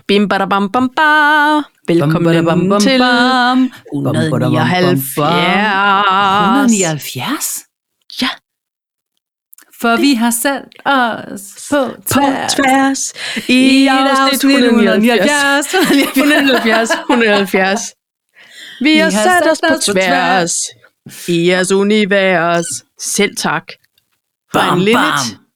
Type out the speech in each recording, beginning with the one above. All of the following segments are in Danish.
Bim bada bam bam ba. Velkommen til 179. 179? Ja. For vi har sat os på tværs i afsnit 179. 170. Vi har sat os på tværs i jeres univers. Selv tak. Bam, bam.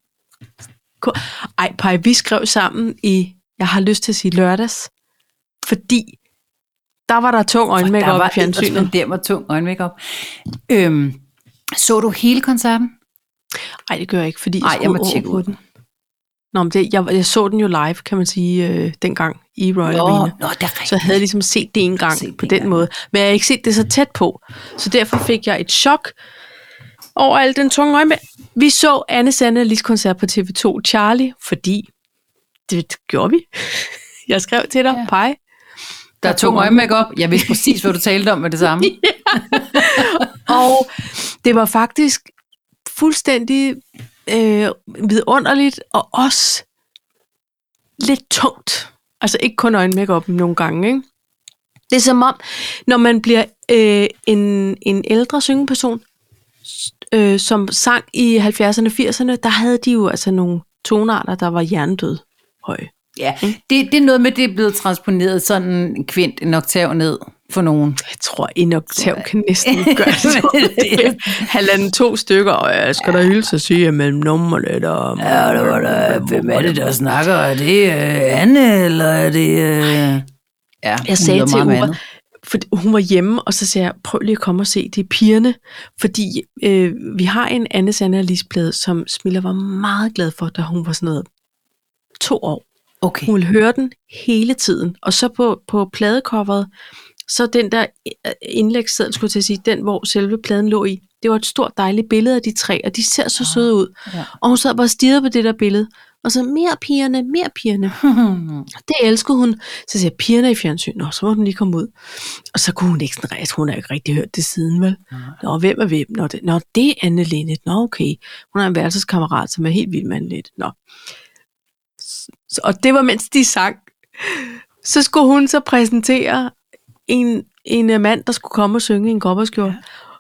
Ej, Paj, vi skrev sammen i, jeg har lyst til at sige lørdags, fordi der var der tung øjenmakeup i fjernsynet. Der var tung øjenmakeup. Så du hele koncerten? Nej, det gør jeg ikke, fordi jeg må tjekke ud den. Nå, men jeg så den jo live, kan man sige, dengang i Royal Arena. Så jeg havde ligesom set det en gang på den måde. Men jeg har ikke set det så tæt på. Så derfor fik jeg et chok over al den tunge øjenmakeup. Vi så Anne Sanne Lis koncert på TV2 Charlie, fordi det gjorde vi. Jeg skrev til dig, Pej. Der er tung øjenmakeup. Jeg vidste præcis, hvad du talte om med det samme. Og det var faktisk fuldstændig vidunderligt, og også lidt tungt. Altså ikke kun øjenmakeup nogle gange, ikke? Det er som om, når man bliver en ældre syngeperson, som sang i 70'erne og 80'erne, der havde de jo altså nogle tonarter, der var hjernedød høje. Ja, det er noget med, det er blevet transponeret sådan en oktav ned for nogen. Jeg tror, en oktav kan næsten gøre det. 1,5-2 stykker, og jeg skal da hilse at sige mellem numrene der. Ja, det var da, hvem er det, der snakker? Er det Anne, eller er det... Ja, jeg sagde til Uwe, for hun var hjemme, og så sagde jeg, prøv lige at komme og se, det er pigerne, fordi vi har en Anne Sanne Lis-plade, som Smilla var meget glad for, da hun var sådan noget 2 år. Okay. Hun ville høre den hele tiden, og så på pladecoveret, så den der indlægsseddel, skulle jeg til at sige, den hvor selve pladen lå i, det var et stort dejligt billede af de 3, og de ser så søde ud. Ja. Og hun sad bare og stirrede på det der billede, og så mere pigerne. Det elskede hun. Så siger jeg, pigerne i fjernsyn, nå, så må den lige komme ud. Og så kunne hun ikke sådan rejse, hun har ikke rigtig hørt det siden, vel? Nå, hvem er hvem? Nå, det er Anne Linnet. Nå, okay. Hun har en værelseskammerat, som er helt vild med Anne Linnet. Nå. Og det var, mens de sang. Så skulle hun så præsentere en mand, der skulle komme og synge i en cowboyskjorte.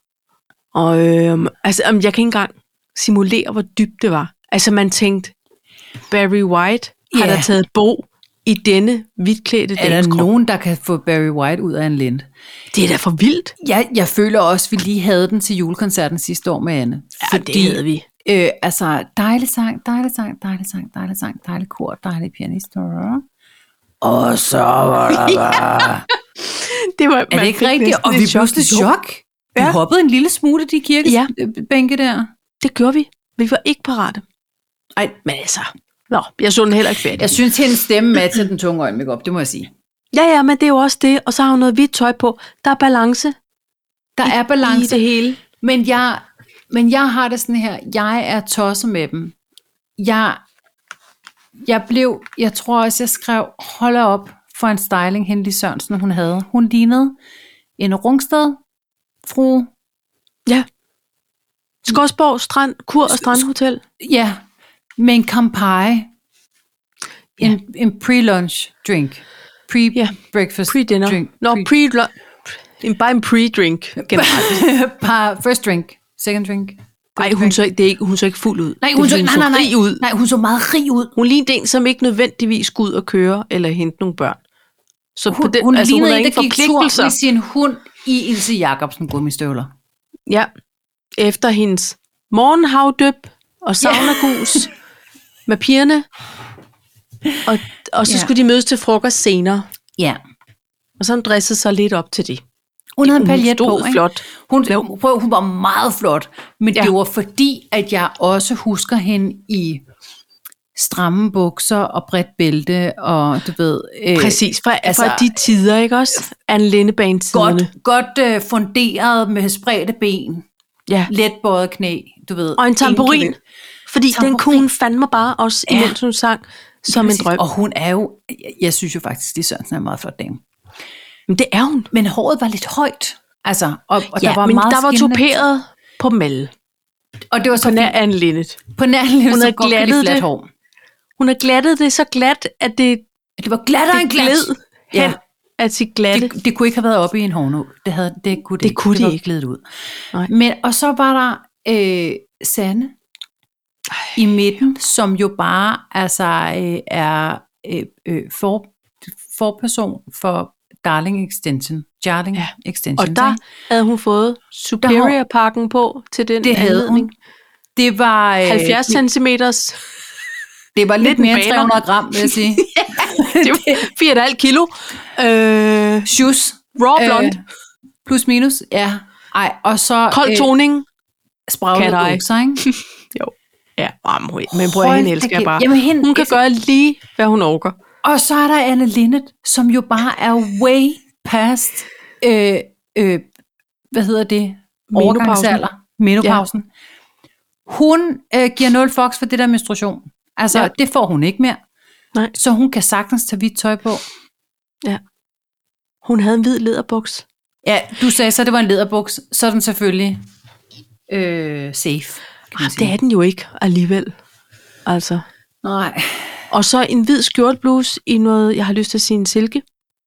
Og jeg kan ikke engang simulere, hvor dybt det var. Altså man tænkte, Barry White har der taget bo i denne hvidklædte dames krop. Er der nogen, der kan få Barry White ud af en lint? Det er da for vildt. Jeg føler også, vi lige havde den til julekoncerten sidste år med Anne. Ja, fordi, det havde vi. Dejlig sang, dejlig kor, dejlig pianist. Og så var der bare... det var, er det ikke rigtigt? Og vi blev til chok. Vi hoppede en lille smule de kirkebænke der. Det gjorde vi. Vi var ikke parate. Ej, men altså... Nå, jeg så den heller ikke færdig. Jeg synes, hendes stemme matcher den tunge øjenmakeup, det må jeg sige. Ja, men det er jo også det. Og så har hun noget hvidt tøj på. Der er balance. Der er balance i det hele. Men jeg har det sådan her, jeg er tosset med dem. Jeg tror også, jeg skrev, hold op for en styling, Hendy Sørensen, hun havde. Hun lignede en Rungsted fru. Ja. Skodsborg Strand, Kur og Strandhotel. Ja, med en Campari. En pre-lunch drink. Pre-breakfast drink. Bare en pre-drink. First drink. Second drink. Nej, hun så ikke fuld ud. Nej, hun så rig ud. Nej, hun så meget rig ud. Hun lignede en, som ikke nødvendigvis skulle ud og køre eller hente nogle børn. Så hun lignede en, der gik tur med sin hund i Ilse Jacobsen gummistøvler. Ja, efter hendes morgenhavdøb og saunagus med pigerne. Og så skulle de mødes til frokost senere. Ja. Og så dressede sig lidt op til det. Hun havde en paljet på, flot. Hun var meget flot, men det var fordi, at jeg også husker hende i stramme bukser og bredt bælte, og du ved... Præcis, fra de tider, ikke også? Anne Lindebanen-tiderne. Godt funderet med spredte ben, let bøjet knæ, du ved. Og en tamburin, fordi den kunne hun fandme bare også, imens hun sang, som en drøm. Og hun er jo, jeg synes jo faktisk, Lis Sørensen er en meget flot dame. Men det er hun. Men håret var lidt højt. Altså, og der var meget der var tuperet på Melle. Og det var så på nær Anne Linnet. På nær Anne Linnet, så godt flat hår. Hun har glattet det så glat, at det Det var glattere end glat. gled hen af sit glatte. Det kunne ikke have været oppe i en hårnål. Det kunne Det kunne det de var ikke. glædet ud. Nej. Men, og så var der Sanne i midten, som jo bare altså, er forperson for Darling Extension. Extension. Og der havde hun fået Superior-pakken på til den det havde anledning. hun. Det var 70 centimeters. Det var lidt en mere end baner. 300 gram, vil jeg sige. Det var 4,5 kilo. Shoes. Raw blond. Plus minus, ja. Ej, og så Kold toning. spraglede Cat eye. bukser, ikke? Jo. Ja, men prøv at hende elsker jeg bare. Jamen, hende, Hun kan gøre lige, hvad hun orker. Og så er der Anne Linnet, som jo bare er way past, hvad hedder det? Overgangsalder. Menopausen. Ja. Hun giver 0 fucks for det der menstruation. Altså, det får hun ikke mere. Nej. Så hun kan sagtens tage hvidt tøj på. Ja. Hun havde en hvid læderbuks. Ja, du sagde så, det var en læderbuks. Så er den selvfølgelig safe. Det er den jo ikke alligevel. Altså. Nej. Og så en hvid skjortbluse i noget, jeg har lyst til at sige en silke.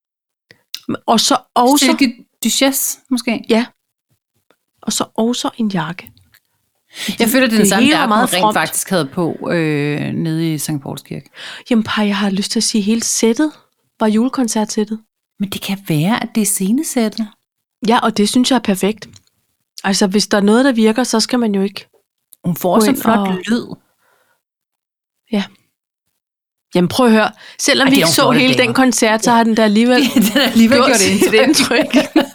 Og så også... Silke Duchesse, måske? Ja. Og så også en jakke. Jeg føler, det er den samme hele jakke, meget hun rent fromt. faktisk havde på nede i St. Pauls Kirke. Jamen, jeg har lyst til at sige, hele sættet var julekoncertsættet. Men det kan være, at det er scenesættet. Ja, og det synes jeg er perfekt. Altså, hvis der er noget, der virker, så skal man jo ikke... Hun får også en flot lyd. Ja. Jamen, prøv at høre. Selvom vi ikke så hele den koncert, så har den der alligevel, gjort sit indtryk.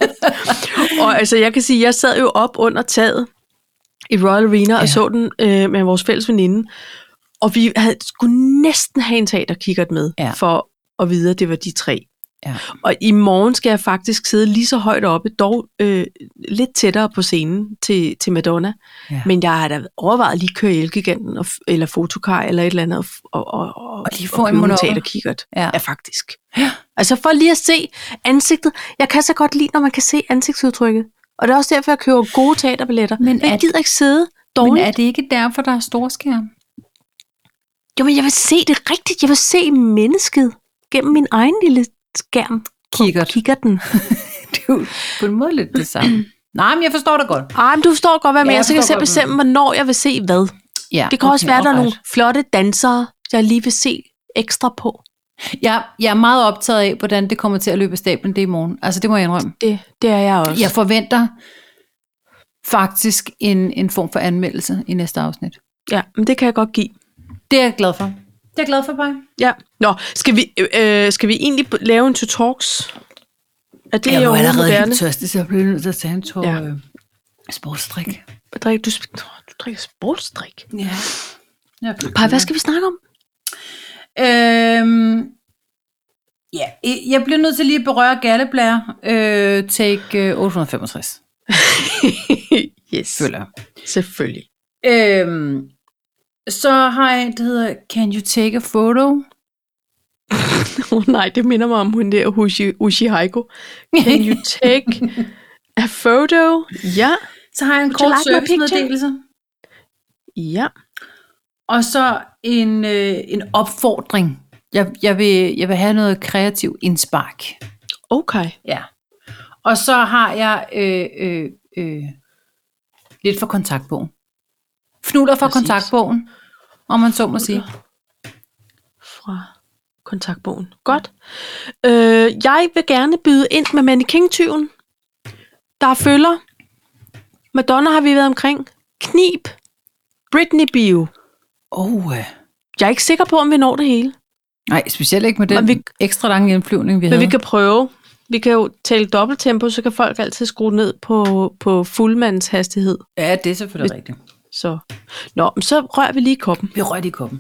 Og altså, jeg kan sige, jeg sad jo op under taget i Royal Arena og så den med vores fælles veninde. Og vi skulle næsten have en teaterkikkert med, for at vide, at det var de 3. Ja. Og i morgen skal jeg faktisk sidde lige så højt oppe, dog lidt tættere på scenen til Madonna. Ja. Men jeg har da overvejet lige at køre i Elgiganten, eller Fotokar, eller et eller andet, og lige få en teaterkikkert. Ja, faktisk. Ja. Altså for lige at se ansigtet. Jeg kan så godt lide, når man kan se ansigtsudtrykket. Og det er også derfor, jeg køber gode teaterbilletter. Men jeg gider ikke sidde dårligt. Men er det ikke derfor, der er storskærm? Jo, men jeg vil se det rigtigt. Jeg vil se mennesket gennem min egen lille skærm. Kikkerten. Det er jo på en måde lidt det samme. Nej, men jeg forstår det godt. Men du forstår godt, hvad jeg mener. Så kan jeg selv bestemme, hvornår jeg vil se hvad. Ja, det kan også være, at der er nogle flotte dansere, jeg lige vil se ekstra på. Jeg er meget optaget af, hvordan det kommer til at løbe af stablen det i morgen. Altså, det må jeg indrømme. Det er jeg også. Jeg forventer faktisk en form for anmeldelse i næste afsnit. Ja, men det kan jeg godt give. Det er jeg glad for. Det er jeg glad for, bare. Ja. Nå, skal vi egentlig lave en to talks? Er det jeg jo var allerede moderne? helt tørstig, så jeg blev nødt til at tage en tår sportsdrik. Du drikker sportsdrik? Ja. Paj, hvad skal vi snakke om? Ja, jeg bliver nødt til lige at berøre Galleblære. Take 865. Yes. Føler jeg. Selvfølgelig. Så har jeg en, der hedder Can You Take a Photo? Nej, det minder mig om hun der Ushi Heiko. Can you take a photo? Ja. Så har jeg en kort servicemeddelelse. Ja. Og så en opfordring. Jeg vil have noget kreativ indspark. Okay. Ja. Og så har jeg lidt for kontaktbogen. Fnuller fra kontaktbogen, om man så må sige. Fra kontaktbogen. Godt. Jeg vil gerne byde ind med Mannequin-tyven. Der følger. Madonna har vi været omkring. Knib. Britney Bio. Jeg er ikke sikker på, om vi når det hele. Nej, specielt ikke med den ekstra lange indflyvning, vi havde. Men vi kan prøve. Vi kan jo tale dobbelttempo, så kan folk altid skrue ned på fuldmands hastighed. Ja, det er selvfølgelig rigtigt. Så rører vi lige i koppen. Vi rører lige i koppen.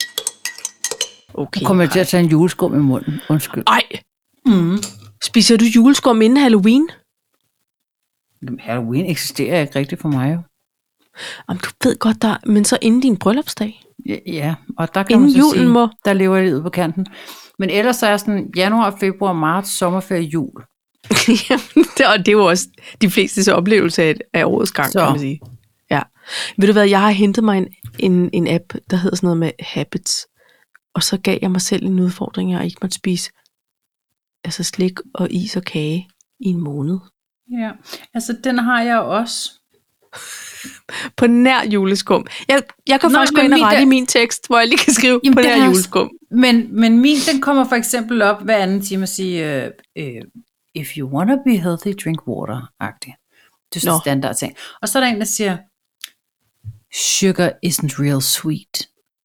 Okay. Nu kommer jeg til at tage en juleskum i munden. Undskyld. Ej. Spiser du juleskum inden Halloween? Halloween eksisterer ikke rigtigt for mig jo. Jamen, du ved godt, men så inden din bryllupsdag. Ja, og der kan inden man så julen sige, der lever jeg livet på kanten. Men ellers så er sådan januar, februar, marts, sommerferie, jul. Og det er jo også de fleste oplevelser af årets gang, kan man sige. Ja. Ved du hvad, jeg har hentet mig en app, der hedder sådan noget med Habits. Og så gav jeg mig selv en udfordring, at jeg ikke måtte spise altså slik og is og kage i en måned. Ja, altså den har jeg også. På nær juleskum. Jeg kan faktisk gå ind og rette i min tekst, hvor jeg lige kan skrive på nær juleskum. Men min, den kommer for eksempel op hver anden time og siger, if you wanna be healthy, drink water-agtigt. Det er sådan en standard ting. Og så er der en, der siger, sugar isn't real sweet.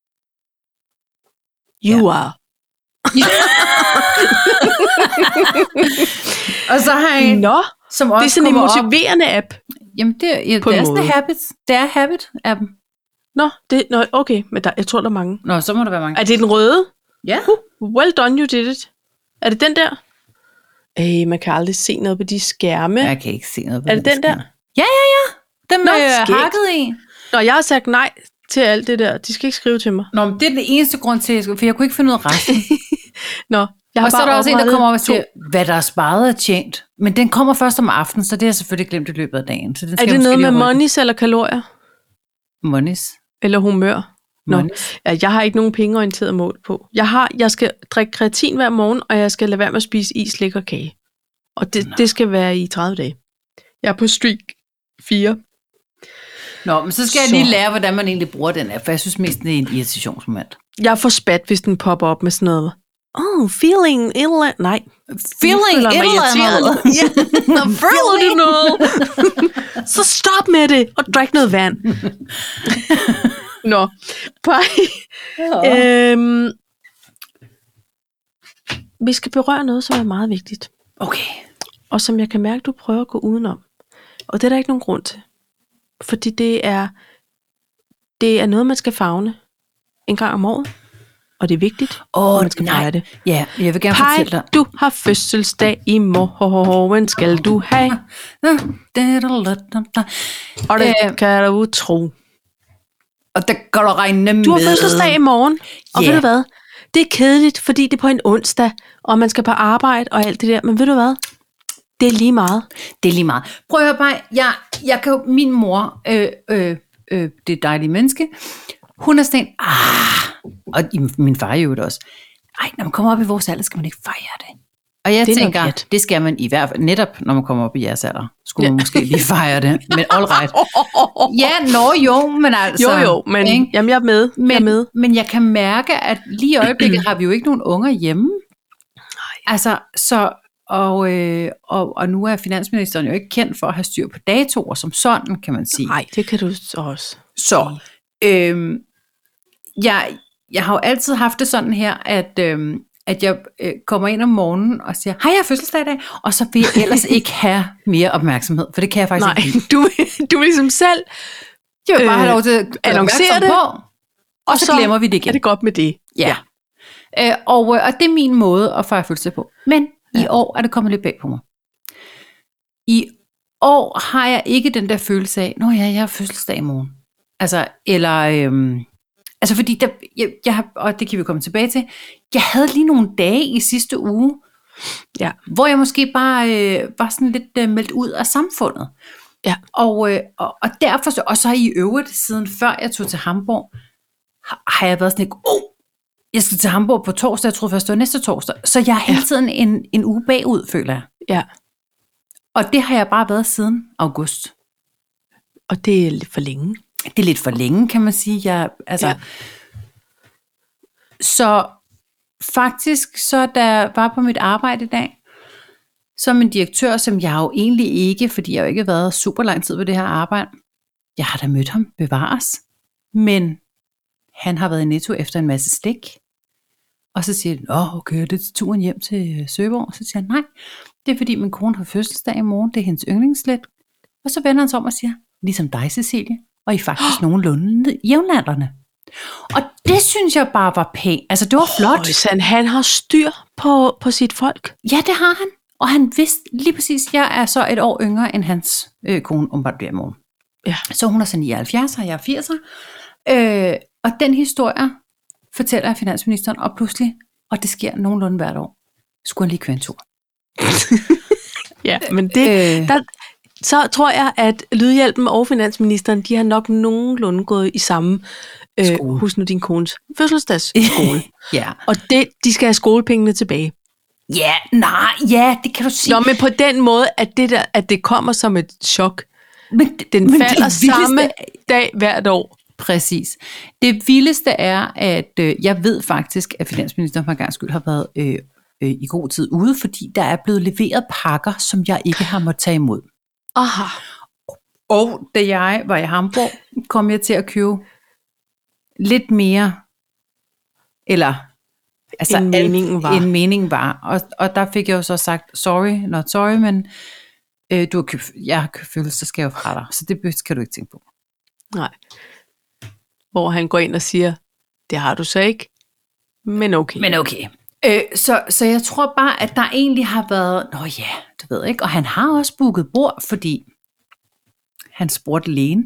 You are. Og så har jeg en, som også det er sådan en motiverende app. Jamen, det er sådan en habit. Det er habit-appen. Okay, men jeg tror, der er mange. Nå, så må der være mange. Er det den røde? Ja. Well done, you did it. Er det den der? Man kan aldrig se noget på de skærme. Jeg kan ikke se noget på er det den der? Ja. Dem er hakket i. Nå, jeg har sagt nej til alt det der. De skal ikke skrive til mig. Nå, men det er den eneste grund til, for jeg kunne ikke finde ud af resten. Nå, jeg har og så er der også en, der kommer over og siger, hvad der er sparet er tjent. Men den kommer først om aftenen, så det har jeg selvfølgelig glemt i løbet af dagen. Så det skal er det noget med monies eller kalorier? Monies. Eller humør? Nå. Ja, jeg har ikke nogen pengeorienteret mål på. Jeg skal drikke kreatin hver morgen, og jeg skal lade være med at spise is, slik og kage. Og det skal være i 30 dage. Jeg er på streak 4. Nå, men så skal jeg lige lære, hvordan man egentlig bruger den app, for jeg synes mest, det er en irritationsmoment. Jeg får spat, hvis den popper op med sådan noget. Feeling ill. Nej. Feeling ill. Føler du noget? Så stop med det, og drik noget vand. Nå. Vi skal berøre noget, som er meget vigtigt. Okay. Og som jeg kan mærke, du prøver at gå udenom. Og det er der ikke nogen grund til. Fordi det er noget, man skal favne en gang om året. Og det er vigtigt, at man skal fejre det. Ja, jeg vil gerne fortælle dig. Du har fødselsdag i morgen, skal du have. Og det kan du tro. Og det kan du regne med. Du har fødselsdag i morgen, og ved du hvad? Det er kedeligt, fordi det er på en onsdag, og man skal på arbejde og alt det der. Men ved du hvad? Det er lige meget. Det er lige meget. Prøv at høre bare, jeg kan jo, min mor, det dejlige menneske, hun er sådan, og min far er jo også, når man kommer op i vores alder, skal man ikke fejre det. Og jeg tænker, det skal man i hvert fald, netop når man kommer op i jeres alder, skulle man måske lige fejre det, men all right. Men altså. Men jamen, jeg er med. Men jeg kan mærke, at lige i øjeblikket har vi jo ikke nogen unger hjemme. Altså, så, og nu er finansministeren jo ikke kendt for at have styr på datoer som sådan, kan man sige. Nej, det kan du også. Så, jeg har jo altid haft det sådan her, at jeg kommer ind om morgenen og siger, hej, jeg har fødselsdag i dag, og så vil jeg ellers ikke have mere opmærksomhed, for det kan jeg faktisk ikke. Du vil ligesom selv jeg vil bare have lov til at annoncere det, på, og så glemmer vi det igen. Er det godt med det? Ja. Og det er min måde at fejre fødselsdag på. Men i år er det kommet lidt bag på mig. I år har jeg ikke den der følelse af, jeg har fødselsdag i morgen. Altså, eller... fordi jeg har, og det kan vi komme tilbage til, jeg havde lige nogle dage i sidste uge, hvor jeg måske bare var sådan lidt meldt ud af samfundet. Ja. Og derfor, og så i øvrigt, siden før jeg tog til Hamburg, har jeg været sådan lidt, jeg skal til Hamburg på torsdag, jeg troede først det var næste torsdag, så jeg er hele tiden en uge bagud, føler jeg. Ja. Og det har jeg bare været siden august. Og det er lidt for længe. Det er lidt for længe, kan man sige. Så faktisk, så da jeg var på mit arbejde i dag, som en direktør, som jeg jo egentlig ikke, fordi jeg jo ikke har været super lang tid på det her arbejde, jeg har da mødt ham, bevares, men han har været i Netto efter en masse slik, og så siger han, okay, det er turen hjem til Søborg, og så siger han, nej, det er fordi min kone har fødselsdag i morgen, det er hendes yndlingsslik, og så vender han sig om og siger, ligesom dig, Cecilie, og I er faktisk nogenlunde jævnaldrende. Og det synes jeg bare var pænt. Altså, det var flot. Så han har styr på sit folk. Ja, det har han. Og han vidste lige præcis, jeg er så et år yngre end hans kone, åbenbart bliver i morgen. Ja. Så hun er så 79, og jeg er 80'er. Og den historie fortæller jeg finansministeren, og pludselig, og det sker nogenlunde hvert år, skulle han lige køre en tur. Ja, men så tror jeg, at Lydhjælpen og finansministeren, de har nok nogenlunde gået i samme Skole. Husk nu din kones fødselsdagsskole. Ja. Og de skal have skolepengene tilbage. Ja, det kan du sige. Nå, men på den måde, at det kommer som et chok. Men Den men falder det vildeste- samme dag hvert år. Præcis. Det vildeste er, at jeg ved faktisk, at finansministeren for en gang skyld har været i god tid ude, fordi der er blevet leveret pakker, som jeg ikke har måttet tage imod. Aha. Og da jeg var i Hamburg, kom jeg til at købe lidt mere, eller altså End meningen var. En mening var. Og der fik jeg jo så sagt, sorry, not sorry, men jeg har købt fødselsdagsgave fra dig, så det skal du ikke tænke på. Nej. Hvor han går ind og siger, det har du så ikke, men okay. Men okay. Så jeg tror bare, at der egentlig har været, du ved ikke, og han har også booket bord, fordi han spurgte lægen,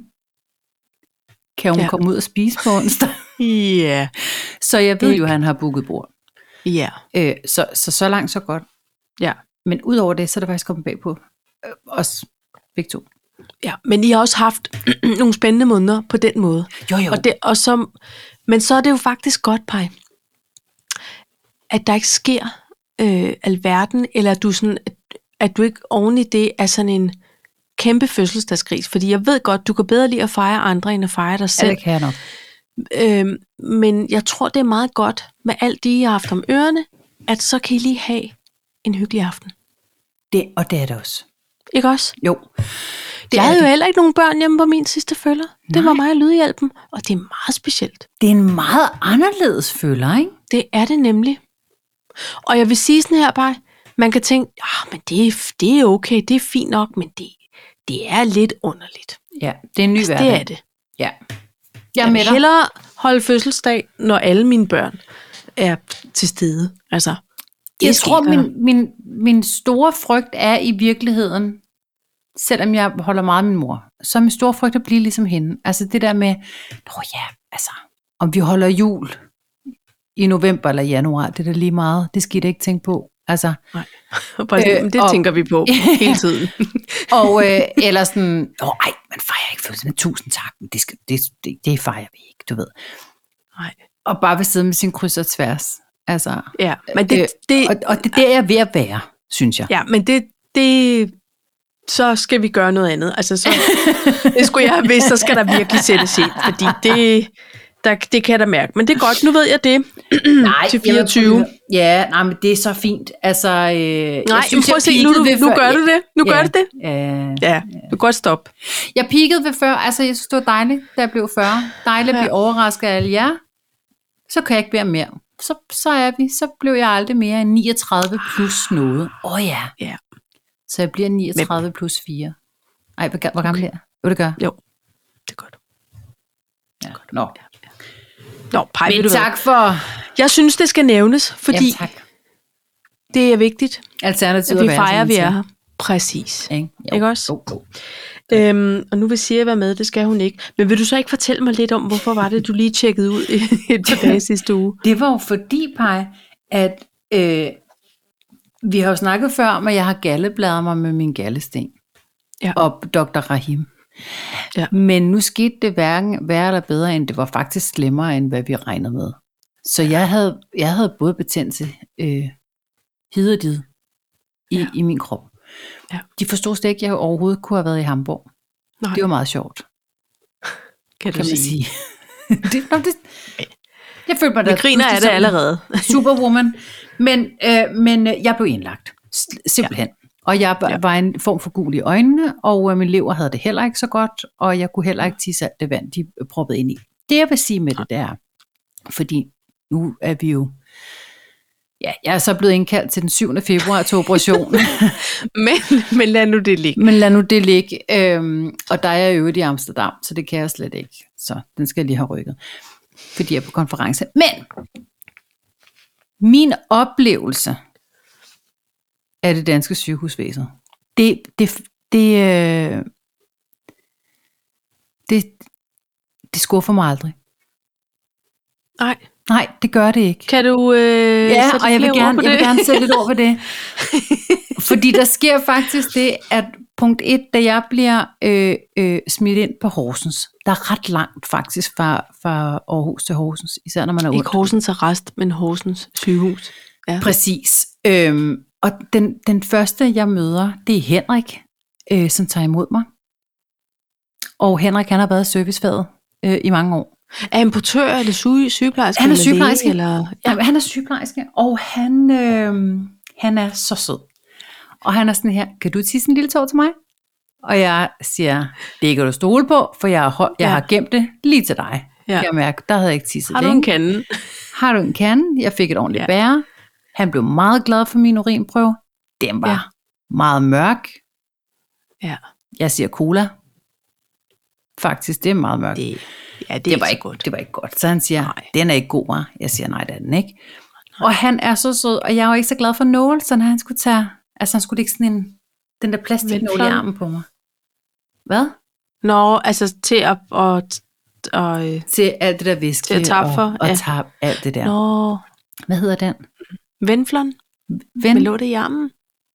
kan hun komme ud og spise på onsdag? Ja. Så jeg ved jo, at han har booket bord. Ja. Så langt, så godt. Ja. Men udover det, så er det faktisk kommet bag på os begge to. Ja, men I har også haft nogle spændende måneder på den måde. Jo. Men så er det jo faktisk godt, Paj, at der ikke sker alverden, eller du sådan, at du ikke oven i det er sådan en kæmpe fødselsdagsgris. Fordi jeg ved godt, du kan bedre lide at fejre andre, end at fejre dig selv. Ja, det kan jeg nok. Men jeg tror, det er meget godt med alt det, I har haft om ørerne, at så kan I lige have en hyggelig aften. Og det er det også. Ikke også? Jo. Jeg havde jo heller ikke nogen børn hjemme på min sidste følger. Det Nej. var mig og Lydhjælpen, og det er meget specielt. Det er en meget anderledes føler, ikke? Det er det nemlig. Og jeg vil sige sådan her bare, man kan tænke, men det er okay, det er fint nok, men det er lidt underligt. Ja, det er en ny verden. Det er det. Ja. Jeg vil hellere holde fødselsdag, når alle mine børn er til stede. Altså, Jeg tror, min store frygt er i virkeligheden, selvom jeg holder meget af min mor, så er min store frygt at blive ligesom hende. Altså det der med, om vi holder jul i november eller januar, det er da lige meget. Det skal I da ikke tænke på. Altså, nej. Det tænker vi på hele tiden. Eller sådan, man fejrer ikke følelse med 1000 tak, men det fejrer vi ikke, du ved. Nej. Og bare ved siden med sin kryds og tværs. Altså, ja, men og det der er ved at være, synes jeg. Ja, men så skal vi gøre noget andet. Altså, det skulle jeg have vidst, så skal der virkelig sættes ind, fordi det kan jeg da mærke. Men det er godt, nu ved jeg det. Nej, til 24. Men det er så fint. Altså, nej, synes, prøv at se, nu gør du det. Nu gør du det. Ja, du kan godt stoppe. Jeg peakede ved før, altså jeg synes, det var dejligt, da jeg blev 40. Dejligt at blive overrasket af alle jer. Så kan jeg ikke være mere. Så blev jeg aldrig mere end 39 plus noget. Ja. Så jeg bliver 39 plus 4. Ej, hvor gammel er jeg? Jo, det gør. Jo, det er godt. Ja. Nå. Nå, Paj, men tak for... Jeg synes, det skal nævnes, fordi det er vigtigt, alternativet at vi fejrer, vi er her. Præcis. Ikke også? Jo. Og nu vil Sia være med, det skal hun ikke. Men vil du så ikke fortælle mig lidt om, hvorfor var det, du lige tjekkede ud et par dage sidste uge? Det var jo fordi, Paj, at vi har jo snakket før om, at jeg har gallebladret mig med min gallesten. Ja. Og Dr. Rahim. Ja. Men nu skete det hverken værre eller bedre, end det var faktisk slemmere, end hvad vi regnede med. Så jeg havde både betændelse hid og did i min krop. Ja. De forstod slet ikke, at jeg overhovedet kunne have været i Hamburg. Nej. Det var meget sjovt. Kan man sige. Jeg følte mig da griner af det allerede. Superwoman. Men jeg blev indlagt. Simpelthen. Ja. Og jeg var en form for gul i øjnene, og min lever havde det heller ikke så godt, og jeg kunne heller ikke tisse alt det vand, de proppede ind i. Det jeg vil sige med det der, fordi nu er vi jo, jeg er så blevet indkaldt til den 7. februar til operation. men lad nu det ligge. Og der er jeg jo i Amsterdam, så det kan jeg slet ikke. Så den skal jeg lige have rykket, fordi jeg er på konference. Men min oplevelse af det danske sygehusvæsen, det skuffer mig aldrig. Nej, det gør det ikke. Kan du og jeg vil gerne sætte lidt ord på det. Fordi der sker faktisk det, at punkt 1, da jeg bliver smidt ind på Horsens, der er ret langt faktisk fra Aarhus til Horsens, især når man er ondt. Ikke Horsens Arrest, men Horsens sygehus. Ja. Præcis. Og den første, jeg møder, det er Henrik, som tager imod mig. Og Henrik, han har været i servicefaget i mange år. Er importør eller sygeplejerske? Han er sygeplejerske. Læge, eller? Ja. Han er sygeplejerske, og han er så sød. Og han er sådan her, kan du tisse en lille tår til mig? Og jeg siger, det kan du stole på, for jeg har gemt det lige til dig. Ja. Jeg mærker, der havde jeg ikke tisset længe. Har du en kande? Jeg fik et ordentligt bære. Han blev meget glad for min urinprøve. Den var meget mørk. Ja. Jeg siger cola. Faktisk, det er meget mørkt. Det var ikke godt. Det var ikke godt. Så han siger, nej. Den er ikke god, hva'? Jeg siger, nej, det er den ikke. Nej. Og han er så sød, og jeg var ikke så glad for nål, så når han skulle tage, altså han skulle ikke sådan den der plastiknål i armen på mig. Hvad? Nå, altså til at til alt det der væske til at tabe for, og tabe alt det der. Nå. Hvad hedder den? Venflon. Hvad lå det i armen?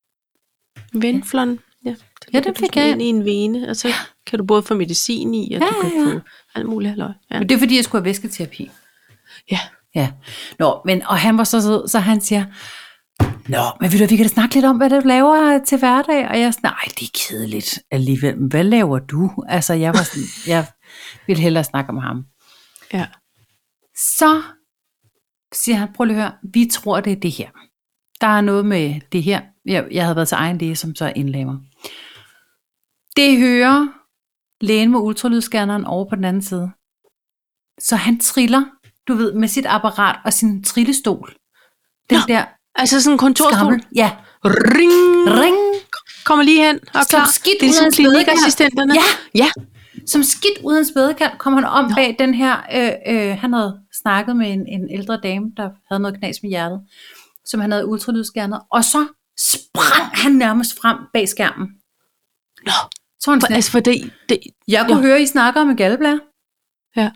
Venflon. Ja, det fik jeg ind i en vene, og så kan du både få medicin i, og du kan få alt muligt halløj. Ja. Men det er fordi, jeg skulle have væsketerapi. Ja. Nå, og han var så sød, så han siger, nå, men vi kan da snakke lidt om, hvad du laver til hverdag. Og jeg sådan, nej, det er kedeligt alligevel. Men hvad laver du? Altså, jeg ville hellere snakke om ham. Ja. Så siger han, prøv lige at høre, vi tror, det er det her. Der er noget med det her. Jeg havde været til egen læge, som så indlagde mig. Det hører lægen med ultralydsscanneren over på den anden side. Så han triller, du ved, med sit apparat og sin trillestol. Den der. Altså sådan en kontorstol? Skammel. Ja. Ring. Kommer lige hen og klar. Skidt det er ligesom klinikassistenterne. Ja. Som skidt uden en spædekald kom han om bag den her. Han havde snakket med en ældre dame, der havde noget knas med hjertet, som han havde ultralydsscannet. Og så sprang han nærmest frem bag skærmen. Nå. Altså for det jeg kunne høre, I snakker om en galdeblære. Ja.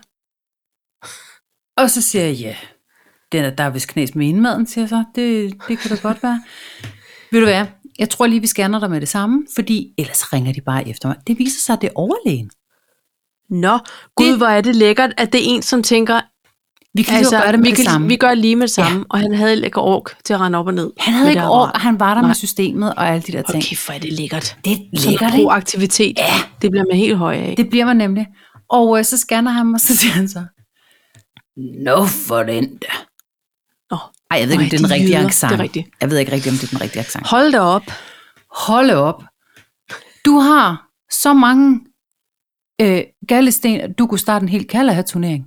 Og så siger jeg, der er vist knas med indmaden, siger jeg så. Det kan da godt være. Ved du hvad? Jeg tror lige, vi scanner dig med det samme, fordi ellers ringer de bare efter mig. Det viser sig, at det er overlægen. Nå, gud, hvor er det lækkert, at det er en, som tænker, vi kan gøre det med det samme. Vi gør lige med det samme, og han havde ikke ork til at rende op og ned. Han havde ikke ork, og han var der med systemet og alle de der ting. Okay, hvor er det lækkert. Det er lækkert, ikke? Proaktivitet, det bliver man helt høj af. Det bliver man nemlig. Og så scanner han mig, og så siger han så, nå for den der. Ej, jeg ved ikke, om det er den rigtige accent. Det er rigtigt. Jeg ved ikke rigtigt, om det er den rigtige accent. Hold da op. Du har så mange gallesten, at du kunne starte en helt Kalaha-turnering.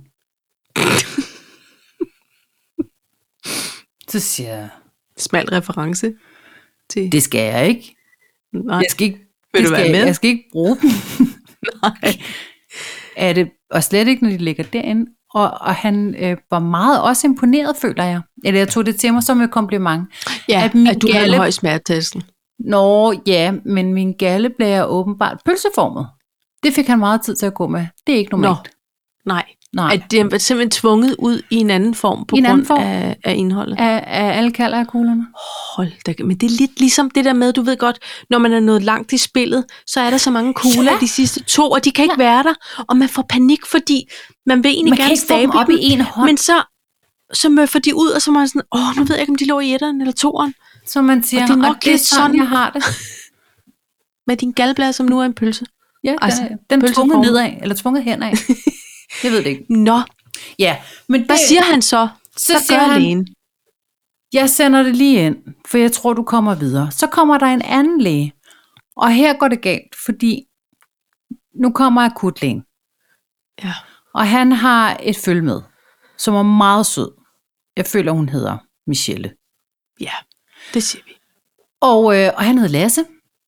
Så siger jeg, smal reference til. Det skal jeg ikke. Nej. Jeg skal ikke, jeg skal ikke bruge den. Nej. Er det, og slet ikke, når de ligger derinde. Og han var meget også imponeret, føler jeg. Eller jeg tog det til mig som et kompliment. Ja, at du havde en høj smertetærskel. Nå, ja, men min galleblære er åbenbart pølseformet. Det fik han meget tid til at gå med. Det er ikke normalt. Nej. At det er simpelthen tvunget ud i en anden form på grund af indholdet. Af alle kalderkuglerne. Hold da, men det er lidt ligesom det der med, du ved godt, når man er nået langt i spillet, så er der så mange kugler de sidste 2, og de kan ikke være der, og man får panik, fordi man vil egentlig gerne stable op i en hånd. Men så møffer de ud, og så er man sådan, nu ved jeg ikke, om de lå i 1'eren eller 2'eren. Så man siger, og det er nok lidt sådan, jeg har det. Med din galdeblære, som nu er en pølse. Ja, altså, den er tvunget nedad, eller tvunget henad. Jeg ved det ikke. Nå. Ja, men hvad siger han så? Så siger han, lægen. Jeg sender det lige ind, for jeg tror, du kommer videre. Så kommer der en anden læge, og her går det galt, fordi nu kommer akutlægen. Ja. Og han har et følge med, som er meget sød. Jeg føler, hun hedder Michelle. Ja, det siger vi. Og han hed Lasse.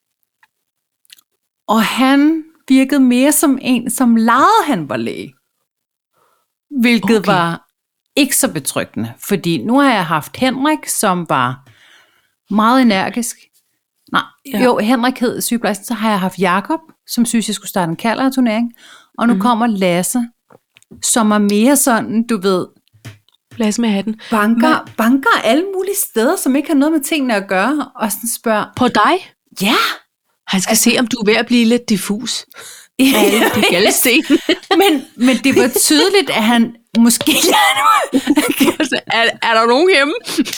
Og han virkede mere som en, som legede, han var læge. Hvilket var ikke så betryggende. Fordi nu har jeg haft Henrik, som var meget energisk. Henrik hed sygeplejersken. Så har jeg haft Jakob, som synes, jeg skulle starte en Kalaha-turnering. Og nu kommer Lasse, som er mere sådan, du ved, Lasse med hatten. Banker alle mulige steder, som ikke har noget med tingene at gøre. Og sådan spørger, på dig? Ja. Han skal se, om du er ved at blive lidt diffus. Alle de galsten. men det var tydeligt, at han måske... er der nogen hjemme?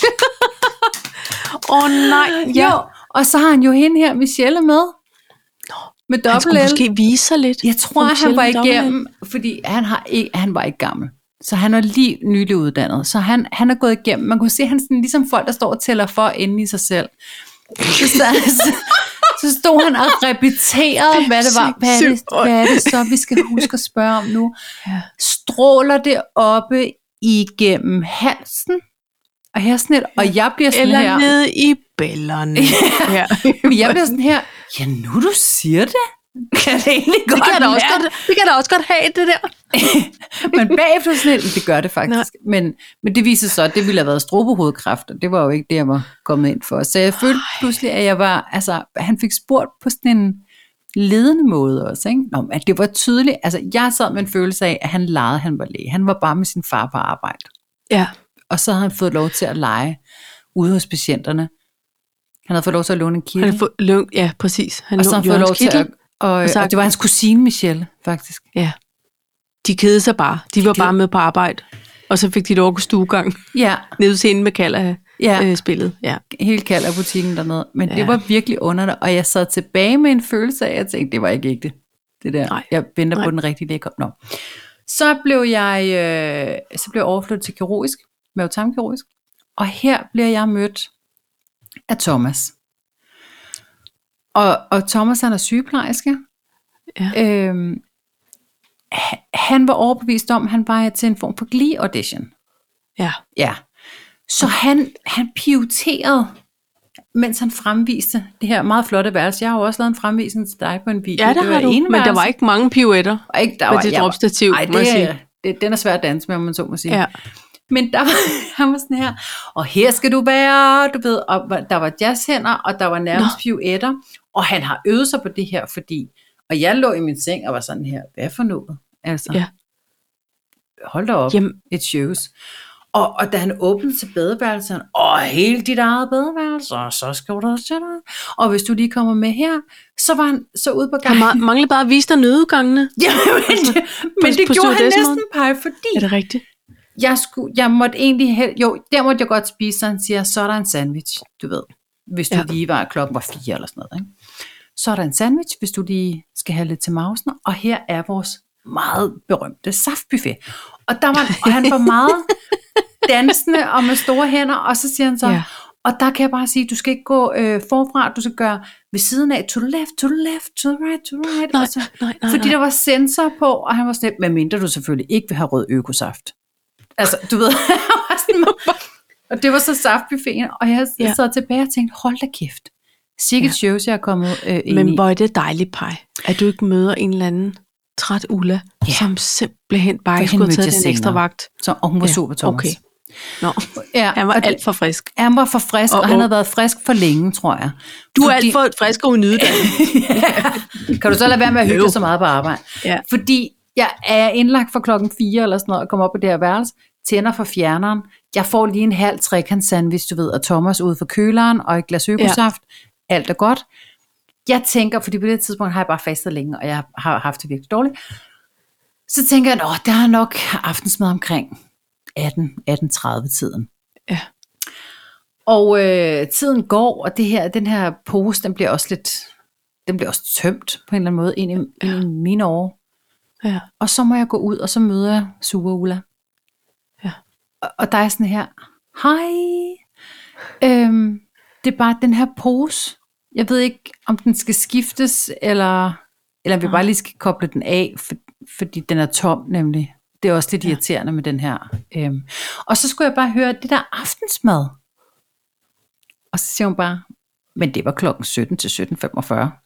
Nej. Ja. Jo, og så har han jo hende her, Michelle, med. Med Han skulle måske vise sig lidt. Jeg tror, han var igennem, fordi han var ikke gammel. Så han er lige nylig uddannet. Så han er gået igennem. Man kunne se, at han sådan, ligesom folk, der står og tæller for inde i sig selv. Så stod han og repeterede, hvad det var. Hvad er det så, vi skal huske at spørge om nu? Ja. Stråler det oppe igennem halsen? Og her sådan et, og jeg bliver sådan eller her. Eller nede i bællerne. Ja. Jeg bliver sådan her, ja nu du siger det. Kan det egentlig godt det kan da også godt have, det der. Men bagefter sådan lidt, det gør det faktisk. Men det viser så, at det ville have været strobehovedkræft, og det var jo ikke det, jeg var kommet ind for. Så jeg følte pludselig, at jeg var, altså han fik spurgt på sådan en ledende måde også, ikke? Nå, at det var tydeligt, altså jeg sad med en følelse af, at han legede, han var læge. Han var bare med sin far på arbejde. Ja. Og så havde han fået lov til at lege ude hos patienterne. Han havde fået lov til at låne en kittel. Ja, præcis. Og så havde han fået lov til at... Og det var hans kusine Michelle, faktisk. Ja. De kedede sig bare. De var bare med på arbejde. Og så fik de lov at gå stuegang. Ja. Nede ved scenen med Kald spillet. Ja. Helt Kald af butikken dernede. Men det var virkelig underligt. Og jeg sad tilbage med en følelse af, at jeg tænkte, det var ikke ægte. Det der. Nej. Jeg venter på den rigtige læge. Nå. Så blev jeg overflyttet til kirurgisk. Mavetarmkirurgisk. Og her bliver jeg mødt af Thomas. Og Thomas, han er sygeplejerske. Ja. Han var overbevist om, at han var til en form for Glee-audition. Ja. Så han pivoterede, mens han fremviste det her meget flotte værelse. Jeg har jo også lavet en fremvisning til dig på en video. Ja, det har du, men der var ikke mange pivoetter med det dropstativ. Den er svær at danse med, om man så må sige. Ja. Men han var sådan her, og her skal du være, du ved, og der var jazzhænder, og der var nærmest pivoetter, og han har øvet sig på det her, fordi, og jeg lå i min seng og var sådan her, hvad for noget? Altså, hold da op, et shows. Og da han åbnede til badeværelsen, hele dit eget badeværelse, og så skal du også til dig. Og hvis du lige kommer med her, så var han så ude på gangen. Han manglede bare at vise dig nødudgangene. Ja, men det gjorde han næsten, Paj, fordi... Er det rigtigt? Jeg måtte egentlig der måtte jeg godt spise, så han siger, så er der en sandwich, du ved, hvis du lige klokken var 4 eller sådan noget, ikke? Så er der en sandwich, hvis du lige skal have lidt til mausen, og her er vores meget berømte saftbuffet. Og han var meget dansende og med store hænder, og så siger han så, og der kan jeg bare sige, du skal ikke gå forfra, du skal gøre ved siden af, to the left, to the left, to the right, to the right, nej, fordi der var sensor på, og han var sådan, medmindre du selvfølgelig ikke vil have rød økosaft. Altså, du ved, og det var så saftbuffeten, og jeg sad tilbage og tænkte, hold da kæft, sikkert shows, jeg er kommet ind i. Men hvor er det dejligt, Paj, at du ikke møder en eller anden træt Ulla, som simpelthen bare ikke skulle have taget den ekstra vagt. Og hun var super, Thomas. Okay. Nå. Han var alt for frisk. Han var for frisk, og han havde været frisk for længe, tror jeg. Du er alt for frisk og unyde det. Kan du så lade være med at hygge så meget på arbejde? Ja. Fordi jeg er indlagt for klokken 4 eller sådan noget, og kommer op på det her værelse, tænder for fjerneren. Jeg får lige en halv trekant sandwich, du ved, og Thomas ude for køleren, og et glas økosaft. Alt er godt. Jeg tænker, fordi på det tidspunkt har jeg bare fastet længe, og jeg har haft det virkelig dårligt. Så tænker jeg, der er nok aftensmad omkring 18:30 tiden. Ja. Og tiden går, og den her pose, den bliver også tømt på en eller anden måde ind i mine år. Ja. Og så må jeg gå ud, og så møder jeg Sure Ulla. Ja. Og der er sådan her, hej, det er bare den her pose. Jeg ved ikke, om den skal skiftes, eller vi bare lige skal koble den af, fordi den er tom nemlig. Det er også lidt irriterende med den her. Og så skulle jeg bare høre, det der aftensmad. Og så siger hun bare, men det var klokken 17 til 17:45.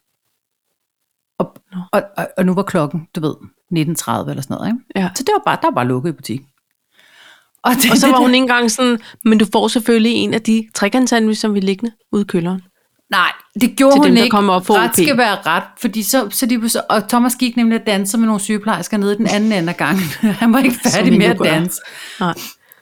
Og nu var klokken, du ved, 19:30 eller sådan noget, ikke? Ja. Så der var bare lukket i butikken. Og så var hun ikke engang sådan, men du får selvfølgelig en af de trekantsandwich, som vi liggende ude i køleren. Nej, det gjorde hun ikke. Ret skal være ret, fordi så de, og Thomas gik nemlig at danse med nogle sygeplejersker nede i den anden ende af gangen. Han var ikke færdig med at danse. Nej.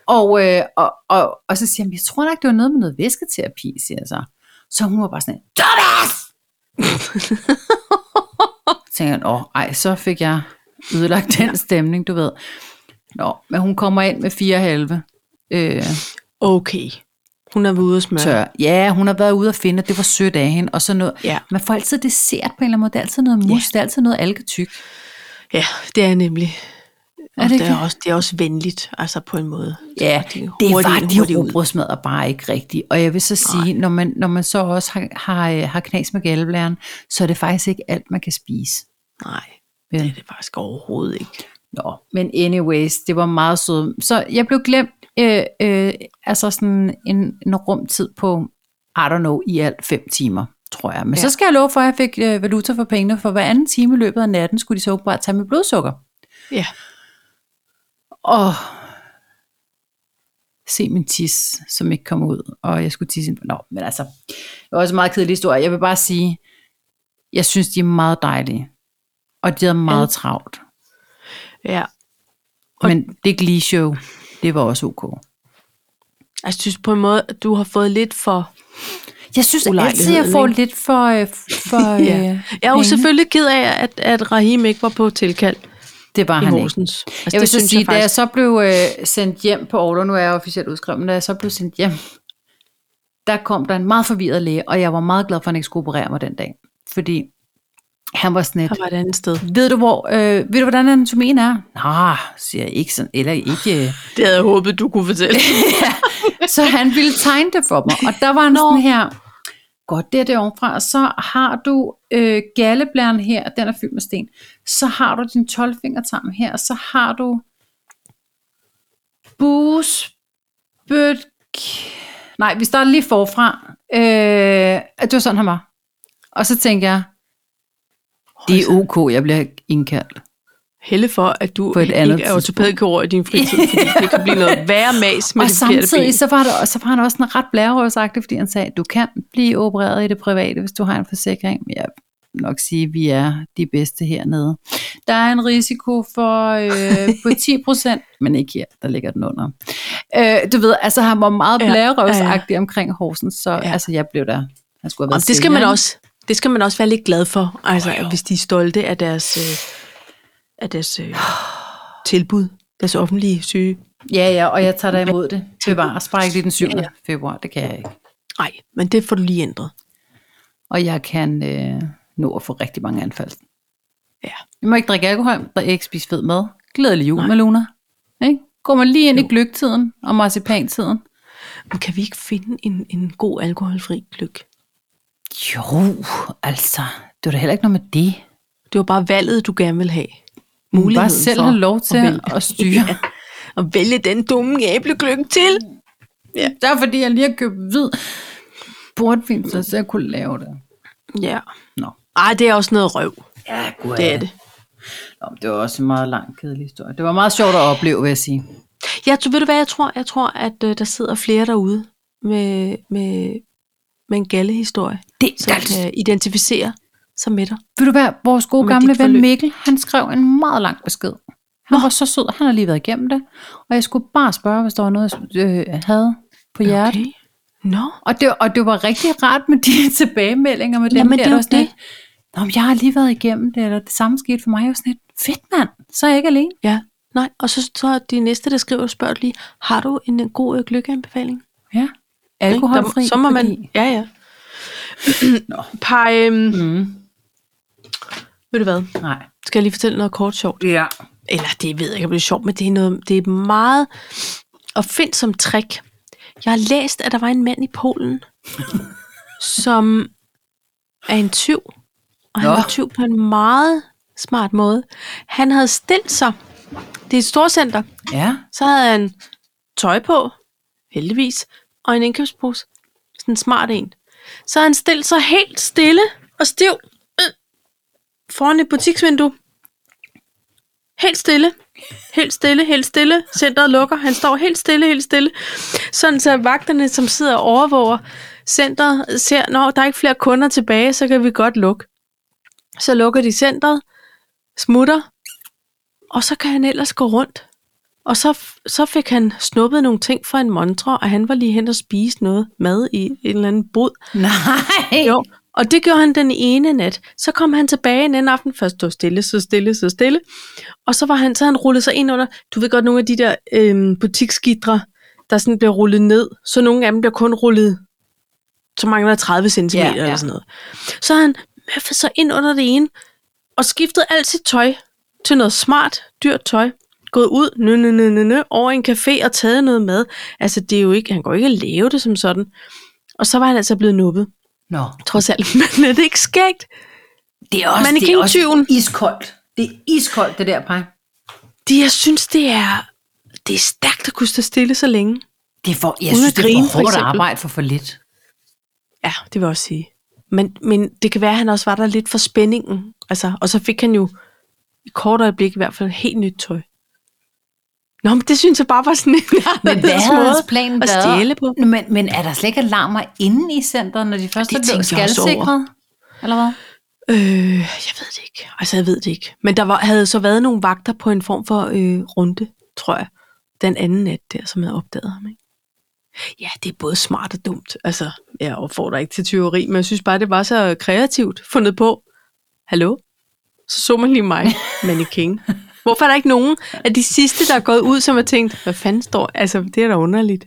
Og så siger han, jeg tror nok, det var noget med noget væsketerapi, siger jeg så. Så hun var bare sådan, Thomas! Så tænker jeg, så fik jeg ødelagt den stemning, du ved. Men hun kommer ind med 4,5. Okay. Hun er ude at smøre. Tør. Ja, hun har været ude at finde, det var sødt af hende, og så noget. Ja. Man får altid dessert på en eller anden måde, det er altid noget mus, det er altid noget algetyk. Ja, det er nemlig. Er det, det er også venligt, altså på en måde. Ja, det var de rugbrødsmadder bare ikke rigtigt. Og jeg vil så sige, når man så også har knas med galleblæren, så er det faktisk ikke alt, man kan spise. Nej, det er det faktisk overhovedet ikke. Men anyways, det var meget sødt. Så jeg blev glemt altså sådan en rumtid på, I don't know, i alt 5 timer, tror jeg. Men så skal jeg love for, at jeg fik valuta for pengene, for hver anden time i løbet af natten, skulle de så bare tage mit blodsukker. Ja. Og se min tis, som ikke kom ud, og jeg skulle tisse. Men altså, det var også en meget kedelig historie. Jeg vil bare sige, jeg synes, de er meget dejlige, og de havde meget travlt. Ja. Men det Glee-show, det var også ok. Jeg synes på en måde, at du har fået lidt for... Jeg synes altid, jeg får lidt for ja. Jeg er jo selvfølgelig ked af, at Rahim ikke var på tilkald. Det var han Horsens. ikke. Altså, jeg vil så sige, da jeg så blev sendt hjem på order, nu er jeg officielt udskrevet, men da jeg så blev sendt hjem, der kom der en meget forvirret læge, og jeg var meget glad for, at han ikke skulle operere mig den dag. Fordi han var sådan et... Han var et andet sted. Ved du, hvordan anatomien er? Nå, siger jeg ikke sådan, eller ikke... Det havde jeg håbet, du kunne fortælle. Ja. Så han ville tegne det for mig, og der var en sådan her... Godt, det er derovre. Så har du galleblæren her, den er fyldt med sten. Så har du din 12-fingertarm her, så har du Nej, vi starter lige forfra. Det var sådan, han var. Og så tænkte jeg, det er ok, jeg bliver indkaldt. Helle for, at du ikke er ortopædkirurg i din fritid, fordi det kan blive noget værre mas med og det forkerte ben. Og samtidig, så var han også en ret blærerøvsagtig, fordi han sagde, du kan blive opereret i det private, hvis du har en forsikring. Jeg vil nok sige, at vi er de bedste hernede. Der er en risiko for på 10%, men ikke her, der ligger den under. Du ved, altså han var meget blærerøvsagtig omkring Horsens, så altså jeg blev der. Han skulle have været det skal man også være lidt glad for, altså hvis de er stolte af deres... tilbud, deres offentlige syge. Ja, og jeg tager dig imod det. Bevares bare ikke lige den 7. februar, det kan jeg ikke. Nej, men det får du lige ændret. Og jeg kan nå at få rigtig mange anfald. Ja. Vi må ikke drikke alkohol, ikke spise fed mad. Glædelig jul, Maluna. Ikke? Går man lige ind i gløgtiden og marcipantiden. Men kan vi ikke finde en god alkoholfri gløg? Jo, altså, det var da heller ikke noget med det. Det var bare valget, du gerne vil have. Muligheden bare selv have lov til at styre. Ja, og vælge den dumme æblegløgg til. Ja. Det er fordi, jeg lige har købt hvid portvin, så jeg kunne lave det. Ja. Ej, det er også noget røv. Ja, god det er det. Det var også en meget lang, kedelig historie. Det var meget sjovt at opleve, vil jeg sige. Ja, ved du hvad jeg tror? Jeg tror, at der sidder flere derude med en gallehistorie, som kan identificere sig med dig. Ved du hvad, vores gode gamle ven Mikkel, han skrev en meget lang besked. Han var så sød, han har lige været igennem det, og jeg skulle bare spørge, hvis der var noget, jeg havde på hjertet. Okay. No. Og det var rigtig rart med de tilbagemeldinger med dem der. Det sådan et, jeg har lige været igennem det, eller det samme skete for mig. Jeg var sådan et, fedt mand, så er jeg ikke alene. Ja, nej, og så de næste, der skriver, spørger lige, har du en god gløggeanbefaling? Ja, alkoholfri. Så må man, ja. Ved du hvad? Nej. Skal jeg lige fortælle noget kort sjovt? Ja. Eller det ved jeg ikke, om det er sjovt, men det er meget opfindsomt trick. Jeg har læst, at der var en mand i Polen, som er en tyv. Og han var tyv på en meget smart måde. Han havde stillet sig. Det er et storcenter. Ja. Så havde han tøj på, heldigvis, og en indkøbspose. Sådan en smart en. Så havde han stillet sig helt stille og stiv foran et butiksvindue. Helt stille. Helt stille, helt stille. Centeret lukker. Han står helt stille, helt stille. Sådan så vagterne, som sidder og overvåger centeret, ser, når der er ikke flere kunder tilbage, så kan vi godt lukke. Så lukker de centeret, smutter, og så kan han ellers gå rundt. Og så fik han snuppet nogle ting fra en montre, og han var lige hen og spise noget mad i en eller anden bod. Nej! Jo. Og det gjorde han den ene nat. Så kom han tilbage en anden aften. Først stod stille, så stille. Og så havde han rullet sig ind under, du ved godt, nogle af de der butiksgitre, der sådan bliver rullet ned. Så nogle af dem bliver kun rullet, så mangler 30 cm eller sådan noget. Så han møffede sig ind under det ene, og skiftede alt sit tøj til noget smart, dyrt tøj. Gået ud, over en café og taget noget mad. Altså, det er jo ikke, han går ikke at lave det som sådan. Og så var han altså blevet nuppet. Nå. Trods alt. Men er det ikke skægt? Det er også iskoldt. Det er iskoldt, det der, Paj. Jeg synes, det er stærkt at kunne stå stille så længe. Jeg synes, det er for hårdt arbejde for lidt. Ja, det vil jeg også sige. Men det kan være, at han også var der lidt for spændingen. Altså, og så fik han jo i kort øjeblik i hvert fald helt nyt tøj. Nå, men det synes jeg bare var sådan en men hvad havde hans plan at stjæle på? Men er der slet ikke alarmer inde i centret, når de først er blevet skalsikret? Eller hvad? Jeg ved det ikke. Altså, jeg ved det ikke. Men der havde så været nogle vagter på en form for runde, tror jeg. Den anden nat der, som havde opdaget ham, ikke? Ja, det er både smart og dumt. Altså, jeg opfordrer ikke til tyveri, men jeg synes bare, det var så kreativt fundet på. Hallo? Så man lige mig, mannequin. Hvorfor er der ikke nogen af de sidste, der er gået ud, som har tænkt, hvad fanden står? Altså, det er da underligt.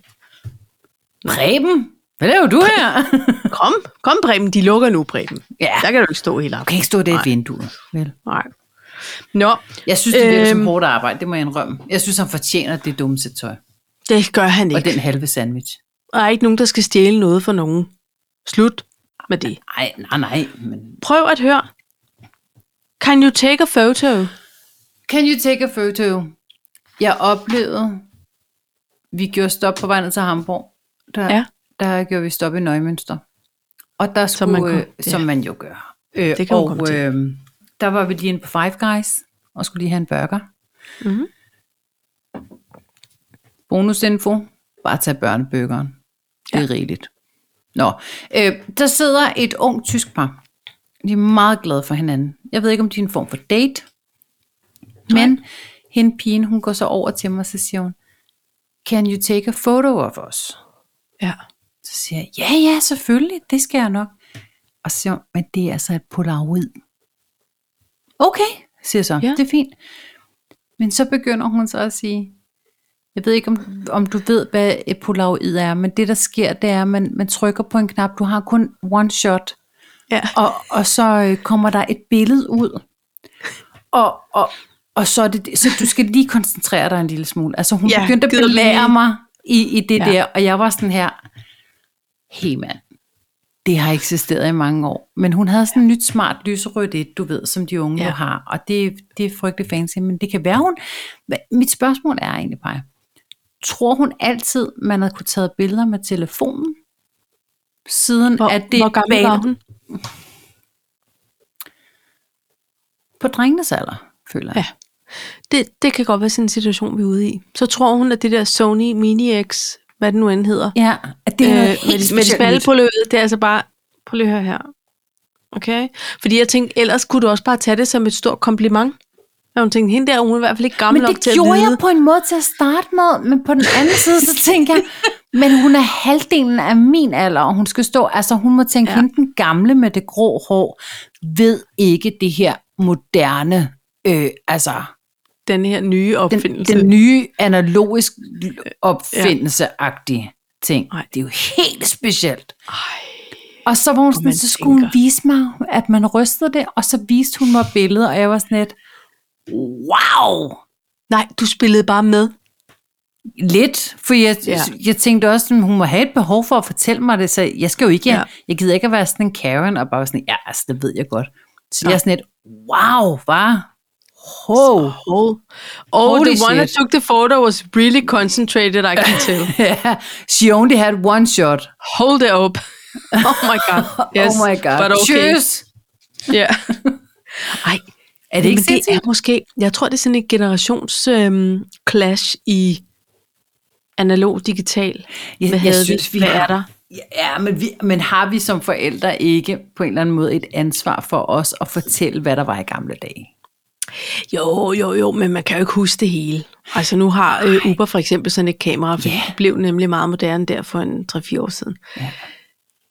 Preben, hvad laver du her? Kom Preben, de lukker nu, Preben. Ja. Der kan du ikke stå helt op. Du kan ikke stå der i vinduet, vel? Nej. Nå. Jeg synes, det bliver som hårdt arbejde, det må jeg indrømme. Jeg synes, han fortjener det dumme sæt tøj. Det gør han ikke. Og den halve sandwich. Der er ikke nogen, der skal stjæle noget for nogen. Slut med det. Nej. Men... Prøv at høre. Can you take a photo? Can you take a photo? Jeg oplevede, vi gjorde stop på vej ned til Hamburg. Der gjorde vi stop i Neumünster. Og der skulle, som man jo gør. Det kan og der var vi lige inde på Five Guys, og skulle lige have en burger. Mm-hmm. Bonusinfo, bare tag børnebøgeren. Det er rigeligt. Nå, der sidder et ung tysk par. De er meget glade for hinanden. Jeg ved ikke, om de er en form for date. Men hende pigen, hun går så over til mig, og så siger hun, can you take a photo of us? Ja. Så siger jeg, ja, selvfølgelig, det skal jeg nok. Og så siger hun, men det er altså et polaroid. Okay, siger jeg så, det er fint. Men så begynder hun så at sige, jeg ved ikke, om du ved, hvad et polaroid er, men det, der sker, det er, at man trykker på en knap, du har kun one shot, og så kommer der et billede ud, og så, så du skal lige koncentrere dig en lille smule. Altså hun begyndte at belære mig i det der, og jeg var sådan her, hey mand, det har eksisteret i mange år. Men hun havde sådan en nyt smart lyserødt et, du ved, som de unge jo har, og det er frygtelig fancy, men det kan være hun. Mit spørgsmål er egentlig bare, tror hun altid, man havde kunne tage billeder med telefonen, siden at det... Hvor gammel var hun? På drengenes alder, føler jeg. Ja, det kan godt være sådan en situation, vi er ude i. Så tror hun, at det der Sony Mini X, hvad det nu end hedder, at det er noget helt med det smalle på løbet, det er altså bare, prøv lige at høre her. Okay? Fordi jeg tænkte, ellers kunne du også bare tage det som et stort kompliment. Og hun tænkte, hende der, hun er i hvert fald ikke gammel nok til at vide. Men det gjorde jeg på en måde til at starte med, men på den anden side, så tænker jeg, men hun er halvdelen af min alder, og hun skal stå, altså hun må tænke, hende den gamle med det grå hår, ved ikke det her moderne, altså... Den her nye opfindelse. Den nye analogisk opfindelse-agtige ting. Det er jo helt specielt. Og så var hun sådan, så skulle hun vise mig, at man rystede det, og så viste hun mig billedet, og jeg var sådan lidt, wow! Nej, du spillede bare med. Lidt, for jeg tænkte også, at hun må have et behov for at fortælle mig det, så jeg skal jo ikke, jeg gider ikke at være sådan en Karen, og bare sådan, altså det ved jeg godt. Så jeg er sådan lidt, wow, hvad? Oh, the one that took the photo was really concentrated, I can tell. She only had one shot. Hold it up. Oh my god. Yes, oh my god. But okay. Cheers. Ja. Ej, er det ikke det er måske, jeg tror det er sådan et generations clash i analog digital. Jeg synes vi er der. Ja, men har vi som forældre ikke på en eller anden måde et ansvar for os at fortælle, hvad der var i gamle dage? Jo, men man kan jo ikke huske det hele. Altså nu har Uber for eksempel sådan et kamera, for det blev nemlig meget moderne der for en 3-4 år siden. Ja.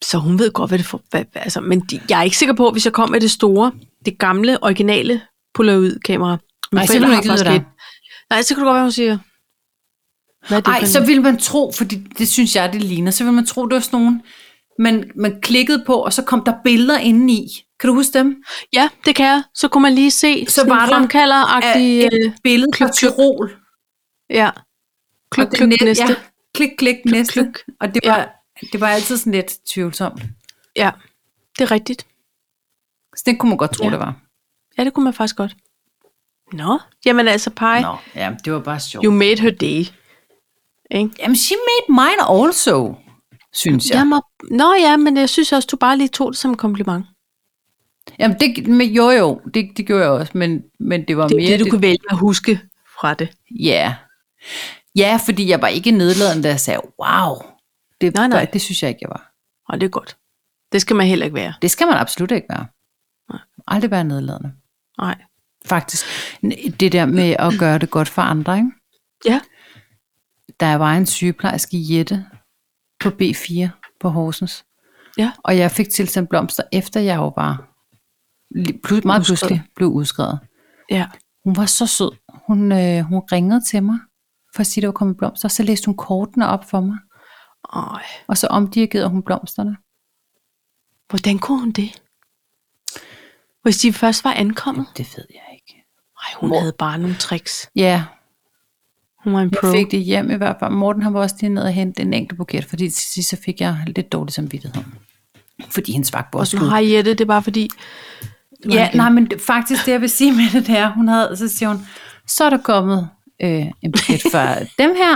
Så hun ved godt, hvad det får. Altså, men jeg er ikke sikker på, hvis jeg kom med det store, det gamle, originale Polaroid-kamera. Nej, så vil du ikke vide det. Nej, så kan du godt være, hun siger. Nej, så vil man tro, fordi det synes jeg, det ligner. Så vil man tro, det var sådan nogen, man klikkede på, og så kom der billeder indeni. Kan du huske dem? Ja, det kan jeg. Så kunne man lige se så var der et billede på Tyrol. Ja. Klik, næste. Ja, klik, næste. Og det var altid sådan lidt tvivlsomt. Ja, det er rigtigt. Så det kunne man godt tro, det var. Ja, det kunne man faktisk godt. Nå, jamen altså, Paj. Nå, ja, det var bare sjovt. You made her day. Ikke? Jamen, she made mine also, synes jeg. Men jeg synes også, du bare lige tog det som en kompliment. Jamen, det gjorde jeg også, men det var mere... Det, du kunne vælge at huske fra det. Ja. Ja, fordi jeg var ikke nedladende, da jeg sagde, wow. Nej. Det synes jeg ikke, jeg var. Og det er godt. Det skal man heller ikke være. Det skal man absolut ikke være. Nej. Aldrig være nedladende. Nej. Faktisk. Det der med at gøre det godt for andre, ikke? Ja. Der var en sygeplejerske, Jette, på B4 på Horsens. Ja. Og jeg fik tilsendt blomster, efter jeg jo var meget pludselig blev udskrevet. Ja. Hun var så sød. Hun ringede til mig for at sige, at der var kommet blomster. Så læste hun kortene op for mig. Ej. Og så omdirigerede hun blomsterne. Hvordan kunne hun det? Hvis de først var ankommet? Det ved jeg ikke. Nej, hun havde bare nogle tricks. Ja. Hun var en pro. Jeg fik det hjem i hvert fald. Morten han var også lige nede og hente en enkelt buket, fordi til sidst så fik jeg lidt dårlig samvittighed. Fordi hendes vagt var også slut. Og så har Jette, det er bare fordi... nej, men faktisk det jeg vil sige med det der, så siger hun, så er der kommet en buket for dem her.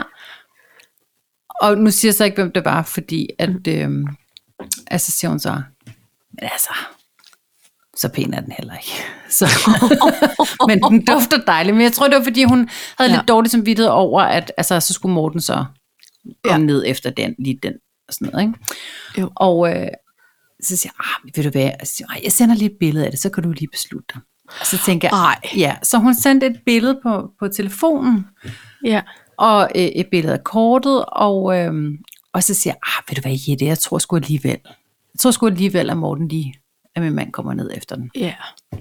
Og nu siger jeg så ikke, hvem det var, fordi at, altså siger hun så, men altså, så pæn er den heller ikke. Så, men den dufter dejligt. Men jeg tror, det var, fordi hun havde lidt dårligt samvittighed over, at altså, så skulle Morten så komme ned efter lige den og sådan noget. Ikke? Jo. Og så siger jeg, ved du hvad, jeg sender lige et billede af det, så kan du lige beslutte dig. Og så tænker jeg, så hun sendte et billede på telefonen, og et billede af kortet, og så siger jeg, ved du hvad, Jette, jeg tror sgu alligevel, at Morten lige, at min mand kommer ned efter den. Ja.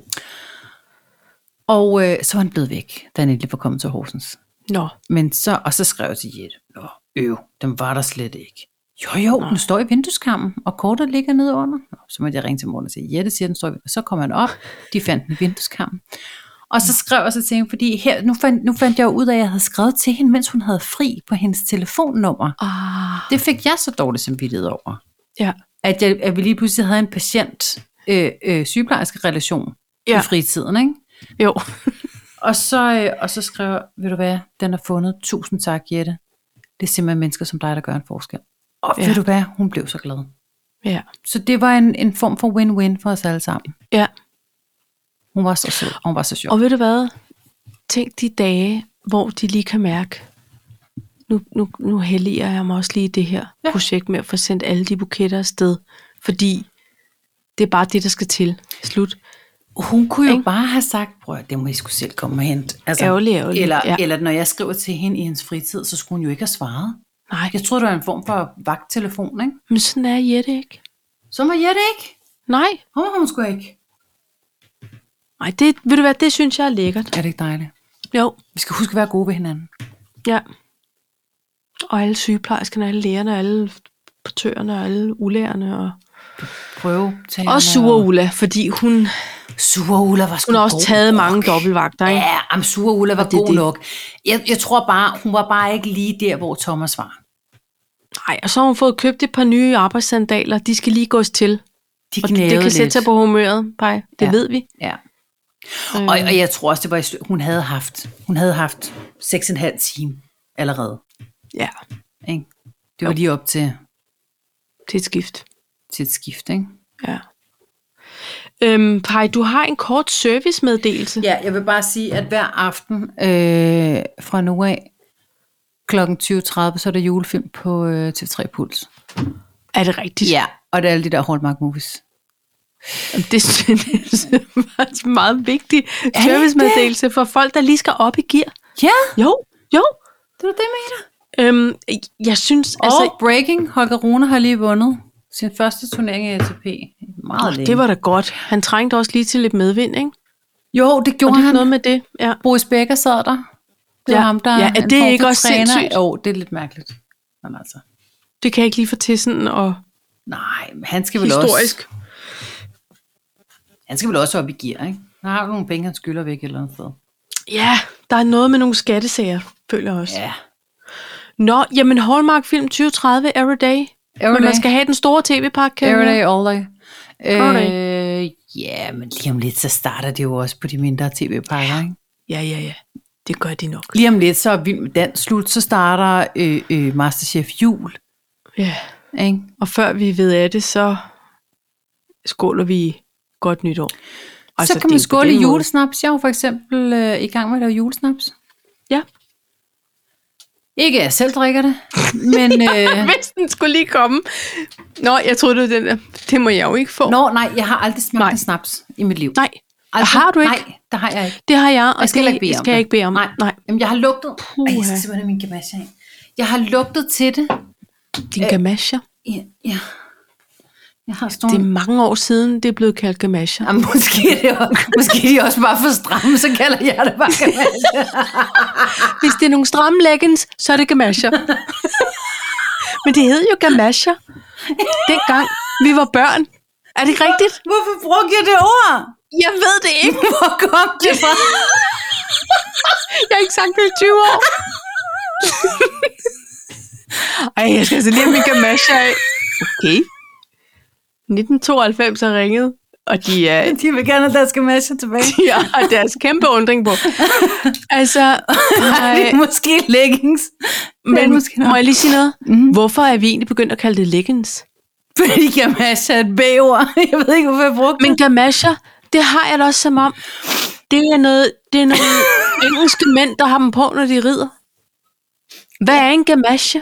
Og så var han blevet væk, da han endelig var kommet til Horsens. Nå. Men så skrev jeg til Jette, den var der slet ikke. Jo, den står i vindueskarmen, og kortet ligger nede under. Så måtte jeg ringe til Morten og sige, Jette siger, den står i vindueskarmen. Så kom han op, de fandt den i vindueskarmen. Og så skrev jeg så til hende, fordi her, nu fandt jeg ud af, at jeg havde skrevet til hende, mens hun havde fri på hendes telefonnummer. Det fik jeg så dårligt samvittighed over. Ja. At vi lige pludselig havde en patient-sygeplejerske relation i fritiden, ikke? Jo. og så skrev jeg, ved du hvad, den er fundet. Tusind tak, Jette. Det er simpelthen mennesker som dig, der gør en forskel. Og ved du hvad, hun blev så glad. Ja. Så det var en form for win-win for os alle sammen. Ja. Hun var så sød, og hun var så sjov. Og ved du hvad? Tænk de dage, hvor de lige kan mærke, nu helliger jeg mig også lige det her projekt med at få sendt alle de buketter afsted. Fordi det er bare det, der skal til. Slut. Hun kunne jo bare have sagt, prøv det må I skulle selv komme og hente. Altså, ærgerlig. Eller når jeg skriver til hende i hendes fritid, så skulle hun jo ikke have svaret. Nej. Jeg troede, det var en form for vagttelefon, ikke? Men sådan er Jette ikke. Så var Jette ikke? Nej. Hun skulle ikke. Nej, ved du hvad, det synes jeg er lækkert. Er det ikke dejligt? Jo. Vi skal huske at være gode ved hinanden. Ja. Og alle sygeplejerskerne, alle lægerne, alle portørerne, alle ulærerne og prøvetagerne. Og Sure Ulla, fordi hun... Sure Ulla var sgu hun har også taget nok. Mange dobbeltvagter, ikke? Ja, Sure Ulla var god nok. Jeg tror bare, hun var bare ikke lige der, hvor Thomas var. Nej, og så har hun fået købt et par nye arbejdssandaler. De skal lige gås til. Det kan sætte sig på humøret, Paj. Det ved vi. Ja. Og jeg tror også, det var hun havde haft 6,5 timer allerede. Ja. Ikke? Det var lige op til et skift. Til et skift, ikke? Ja. Paj, du har en kort servicemeddelelse. Ja, jeg vil bare sige, at hver aften fra nu af kl. 20.30, så er der julefilm på TV3 Puls. Er det rigtigt? Ja, og det er alle de der Hallmark movies. Det er faktisk meget vigtig servicemeddelelse for folk, der lige skal op i gear. Ja. Jo. Det er det, mener. Jeg synes... breaking, Holger Rune har lige vundet Sin første turnering i ATP. Meget længe. Det var da godt. Han trængte også lige til lidt medvind, ikke? Jo, det gjorde Og det er han. noget med det, ja. Boris Becker sad der. Det var ham, der ja, er det ikke også træner. sindssygt? Jo, det er lidt mærkeligt. Men altså. Det kan jeg ikke lige få til sådan og Nej, men han skal vel historisk. også op i gear, ikke? Han har jo nogle penge, han skylder væk et eller andet sted. Ja, der er noget med nogle skattesager, føler jeg også. Ja. Nå, jamen Hallmark Film 2030 Everyday. Men man skal have den store tv-pakke. Everyday, all day. Everyday. Ja, men lige om lidt, så starter det jo også på de mindre tv-pakker, ikke? Ja. Det gør de nok. Lige om lidt, så er Vild med Dans slut, så starter Masterchef Jul. Ja. Ikke? Og før vi ved af det, så skåler vi godt nytår. Altså, så kan man skåle i julesnaps. Jeg er jo for eksempel i gang med at lave julesnaps. Ja. Ikke at jeg selv drikker det, men... Hvis den skulle lige komme. Nå, jeg troede, det var den der. Det må jeg jo ikke få. Nå, nej, jeg har aldrig smagt en snaps i mit liv. Nej. Aldrig. Har du ikke? Nej, det har jeg ikke. Det har jeg, og jeg skal det skal jeg ikke bede om. Nej. Jamen, jeg har lugtet... Jeg skal simpelthen min gamasje af. Jeg har lugtet til det. Din gamasje? Ja. Jeg har Det er mange år siden, det er blevet kaldt gamasje. Jamen, måske er de også bare for stramme, så kalder jeg det bare gamasje. Hvis det er nogle stramme leggings, så er det gamasje. Men det hed jo gamasje. Dengang vi var børn. Er det ikke rigtigt? Hvorfor brugte jeg det ord? Jeg ved det ikke. Hvor kom det fra? Jeg har ikke sagt det i 20 år. Ej, jeg skal altså lige have min gamasje af. Okay. 1992 har ringet, og de vil gerne have deres gamasje tilbage. Ja, og deres kæmpe undring på. Altså, det er måske leggings. Men må jeg lige sige noget? Hvorfor er vi egentlig begyndt at kalde det leggings? Fordi gamasje er et B-ord. Jeg ved ikke, hvorfor jeg brugte det. Men gamasje, det har jeg da også som om. Det er nogle engelske mænd, der har dem på, når de rider. Hvad er en gamasje?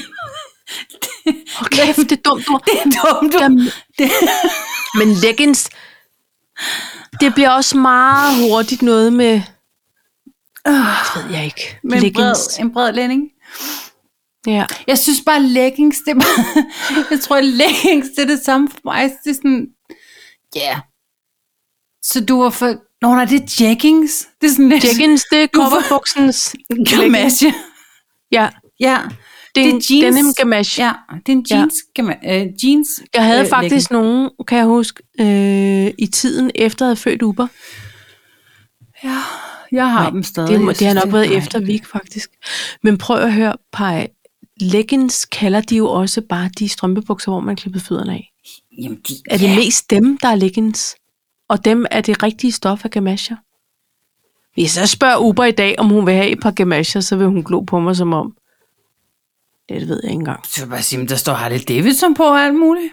Kæft, det er dumt ord. Det er dumt ord. Men leggings, det bliver også meget hurtigt noget med... Det ved jeg ikke. Med en bred lænding. Ja. Jeg synes bare, leggings, det er bare... jeg tror, leggings, det er det samme for mig. Det er sådan... Ja. Yeah. Så du var for... Nå, nej, det er jeggings. Det er sådan lidt... Jeggings, det er coverbuksens gamasje. Ja. Ja. Det er jeans. Denim gamasje. Ja, det er en jeans. Jeans. Jeg havde faktisk nogen, kan jeg huske, i tiden efter at have født Uber. Ja, jeg har dem stadig. Det har nok været efter Vik, faktisk. Men prøv at høre, Paj. Leggings kalder de jo også bare de strømpebukser, hvor man klipper fødderne af. Jamen, er det mest dem, der er leggings? Og dem er det rigtige stof af gamasjer? Hvis jeg spørger Uber i dag, om hun vil have et par gamasjer, så vil hun glo på mig som om. Det ved jeg ikke engang. Så vil bare sige, der står Harley Davidson på og alt muligt.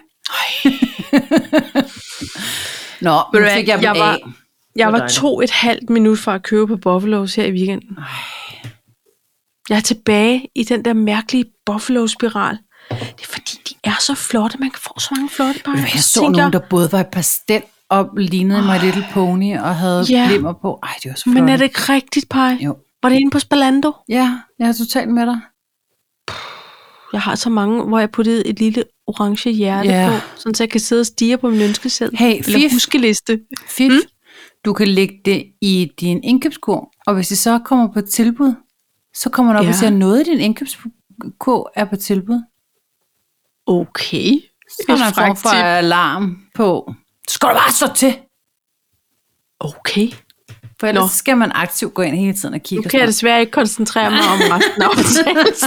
Nå, nu fik jeg dem af. Jeg var 2,5 minut fra at købe på Buffalo's her i weekenden. Jeg er tilbage i den der mærkelige Buffalo-spiral. Det er fordi, de er så flotte. Man kan få så mange flotte par. Jeg så nogen, der både var i pastel og lignede My Little Pony og havde glimmer på. Ej, det var så flotte. Men er det ikke rigtigt, Paj? Jo. Var det inde på Spalando? Ja, jeg er totalt med dig. Jeg har så mange, hvor jeg puttede et lille orange hjerte på, sådan så jeg kan sidde og stirre på min ønskeseddel. Eller huskeliste. Du kan lægge det i din indkøbskurv, og hvis det så kommer på tilbud, så kommer der op og siger, at noget i din indkøbskurv er på tilbud. Okay. Så er der en form for alarm på. Så skal du bare stå til. Okay. For ellers skal man aktivt gå ind hele tiden og kigge. Nu kan jeg desværre ikke koncentrere mig om resten af optagelsen.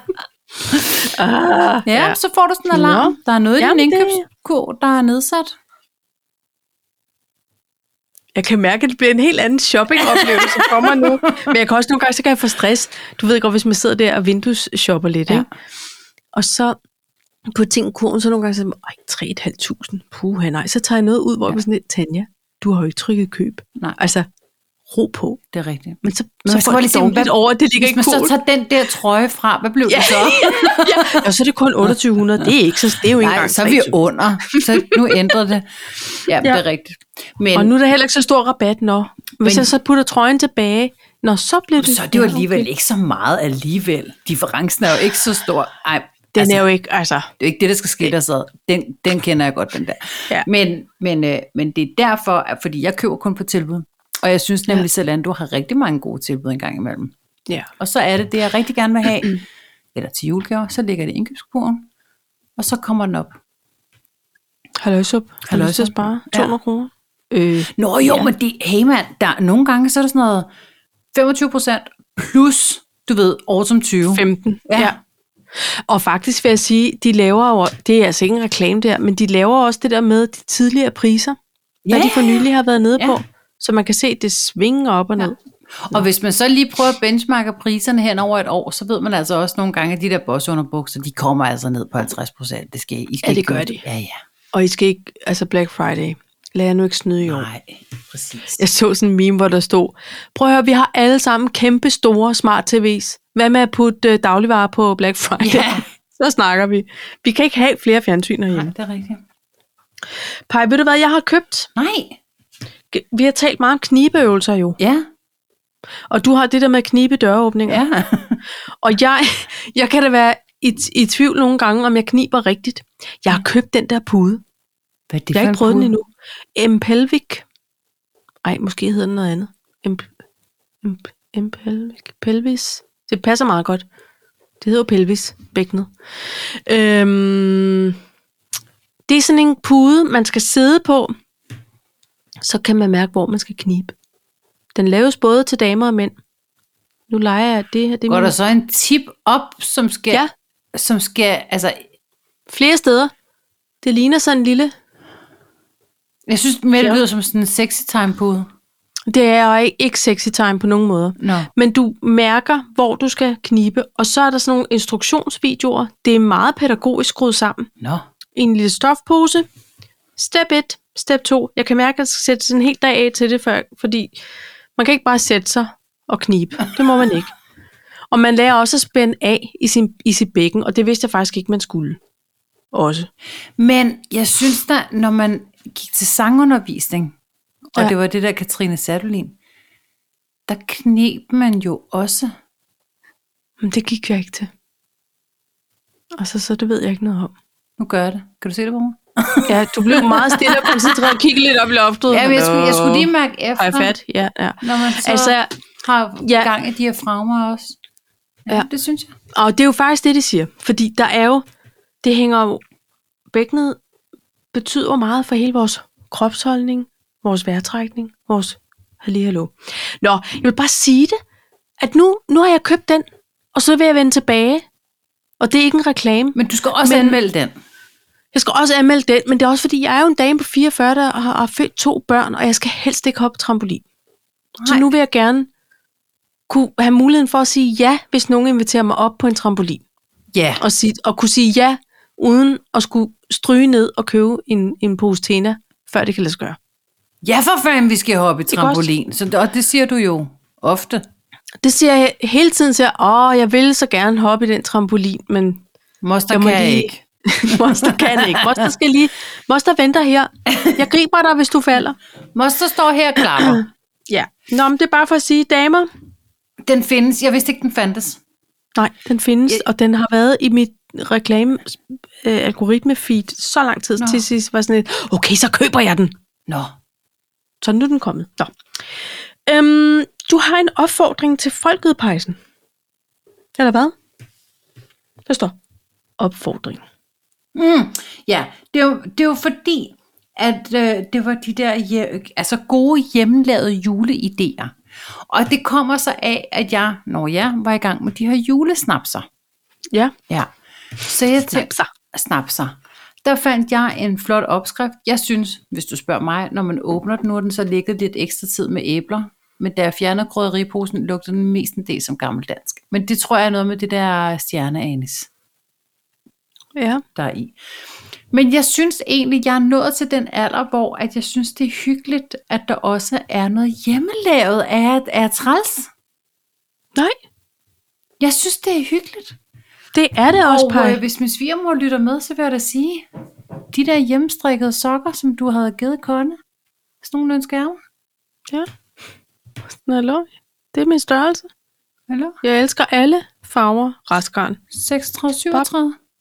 Ja, så får du sådan en alarm. Der er noget i din indkøbskurv, der er nedsat. Jeg kan mærke, at det bliver en helt anden shoppingoplevelse for mig nu. Men jeg kan også nogle gange, så kan jeg få stress. Du ved godt, hvis man sidder der og vinduesshopper lidt, ikke? Og så på tingkurven, så nogle gange så 3.500. Puha, nej. Så tager jeg noget ud, hvor jeg sådan lidt, Tanja, du har jo ikke trykket køb. Nej. Altså, ro på. Det er rigtigt. Men så får jeg dårligt over, det ligger ikke cool. Hvis man så tager den der trøje fra, hvad blev det så? Og så er det kun 2800. Det er ikke så, det er jo ikke engang. Så er vi under. Så nu ændrer det. Ja, det er rigtigt. Men, og nu er der heller ikke så stor rabat, Hvis jeg så putter trøjen tilbage, så bliver det... Så er det jo alligevel ikke så meget alligevel. Differencen er jo ikke så stor. Ej, Den er jo ikke, altså... Det er jo ikke det, der skal skille os ad. Den kender jeg godt, den der. Ja. Men det er derfor, fordi jeg køber kun på tilbud. Og jeg synes nemlig, Zalando har rigtig mange gode tilbud en gang imellem. Ja. Og så er det, jeg rigtig gerne vil have, eller til julegaver, så ligger det i indkøbskurven, og så kommer den op. Halløjsup. Har du lyst til at spare 200 kroner? Nå jo, men det, hey mand, nogle gange så er der sådan noget 25% plus, du ved, autumn 20. 15, ja. Og faktisk vil jeg sige, de laver jo, det er altså ikke en reklame der, men de laver også det der med de tidligere priser, der de for nylig har været nede på, så man kan se, det svinger op og ned. Og hvis man så lige prøver at benchmarke priserne hen over et år, så ved man altså også nogle gange, at de der bossunderbukser, de kommer altså ned på 50%. Det skal det gør de. Ja. Og I skal ikke, altså Black Friday, lad jer nu ikke snyde i år. Nej, præcis. Jeg så sådan en meme, hvor der stod, prøv at høre, vi har alle sammen kæmpe store smart TV's. Hvad med at putte dagligvarer på Black Friday? Ja. Så snakker vi. Vi kan ikke have flere fjernsyn herhjemme. Nej, det er rigtigt. Paj, ved du hvad jeg har købt? Nej. Vi har talt meget om knibeøvelser jo. Ja. Og du har det der med knibe døråbninger. Ja. Og jeg kan da være i tvivl nogle gange, om jeg kniber rigtigt. Jeg har købt den der pude. Hvad er det jeg har ikke prøvet pude? den endnu. Empelvic. Ej, måske hedder den noget andet. Empelvic. Pelvis. Det passer meget godt. Det hedder pelvis, bækkenet. Det er sådan en pude, man skal sidde på. Så kan man mærke, hvor man skal knibe. Den laves både til damer og mænd. Nu leger jeg det her. Går der så en tip op, som skal, altså... Flere steder. Det ligner sådan en lille... Jeg synes, det lyder som sådan en sexy time pude. Det er jo ikke sexy time på nogen måde. No. Men du mærker, hvor du skal knibe. Og så er der sådan nogle instruktionsvideoer. Det er meget pædagogisk skruet sammen. No. En lille stofpose. Step 1, step 2. Jeg kan mærke, at jeg skal sætte sådan en hel dag af til det, fordi man kan ikke bare sætte sig og knibe. Det må man ikke. Og man lærer også at spænde af i sit bækken, og det vidste jeg faktisk ikke, man skulle. Også. Men jeg synes da, når man gik til sangundervisning, og det var det der Katrine Sadolin, der kneb man jo også. Men det gik jeg ikke til. Altså, så det ved jeg ikke noget om. Nu gør jeg det. Kan du se det på mig? Ja, du blev meget stille og koncentreret og kiggede lidt op i loftet. Ja, men jeg skulle lige mærke efter. Har fat? Ja. Når man så har gang i de her fragmer også. Ja, det synes jeg. Og det er jo faktisk det, de siger. Fordi der er jo, det hænger jo, bækkenet betyder meget for hele vores kropsholdning, vores vejrtrækning, vores hallo. Nå, jeg vil bare sige det, at nu har jeg købt den, og så vil jeg vende tilbage. Og det er ikke en reklame. Men du skal også anmelde den. Jeg skal også anmelde den, men det er også fordi, jeg er jo en dame på 44, der har født 2 børn, og jeg skal helst ikke hoppe trampolin. Nej. Så nu vil jeg gerne kunne have muligheden for at sige ja, hvis nogen inviterer mig op på en trampolin. Ja. Og kunne sige ja, uden at skulle stryge ned og købe en pose Tena, før det kan lade sig gøre. Ja, for fanden, vi skal hoppe i trampolin. Og det siger du jo ofte. Det siger jeg hele tiden, jeg vil så gerne hoppe i den trampolin, men... Moster kan ikke. Moster kan ikke. Moster venter her. Jeg griber dig, hvis du falder. Moster står her og klapper. Ja. Nå, men det er bare for at sige, damer. Den findes. Jeg vidste ikke, den fandtes. Nej, den findes, og den har været i mit reklame-algoritme-feed så lang tid, til sidst var sådan et, okay, så køber jeg den. Nå. Så nu er den kommet. Nå. Du har en opfordring til folket, Pejsen. Eller hvad? Der står opfordring. Ja, det er jo fordi, at det var de der gode hjemmelavede juleidéer. Og det kommer så af, at jeg, når jeg var i gang med de her julesnapser. Ja. Ja. Så jeg tænkte, snapser. Der fandt jeg en flot opskrift. Jeg synes, hvis du spørger mig, når man åbner den, nu er den så ligget lidt ekstra tid med æbler. Men da jeg fjernede krydderiposen, lugter den mest en del som gammeldansk. Men det tror jeg er noget med det der stjerneanis. Ja. Der er i. Men jeg synes egentlig, jeg er nået til den alder, hvor at jeg synes, det er hyggeligt, at der også er noget hjemmelavet af træls. Nej. Jeg synes, det er hyggeligt. Det er det også, Paj. Og hvis min svigermor lytter med, så vil jeg da sige, de der hjemmestrikkede sokker, som du havde givet Conne, sådan nogle ønsker jeg. Ja. Hallo. Det er min størrelse. Hallo? Jeg elsker alle farver restgarn. 36, 37.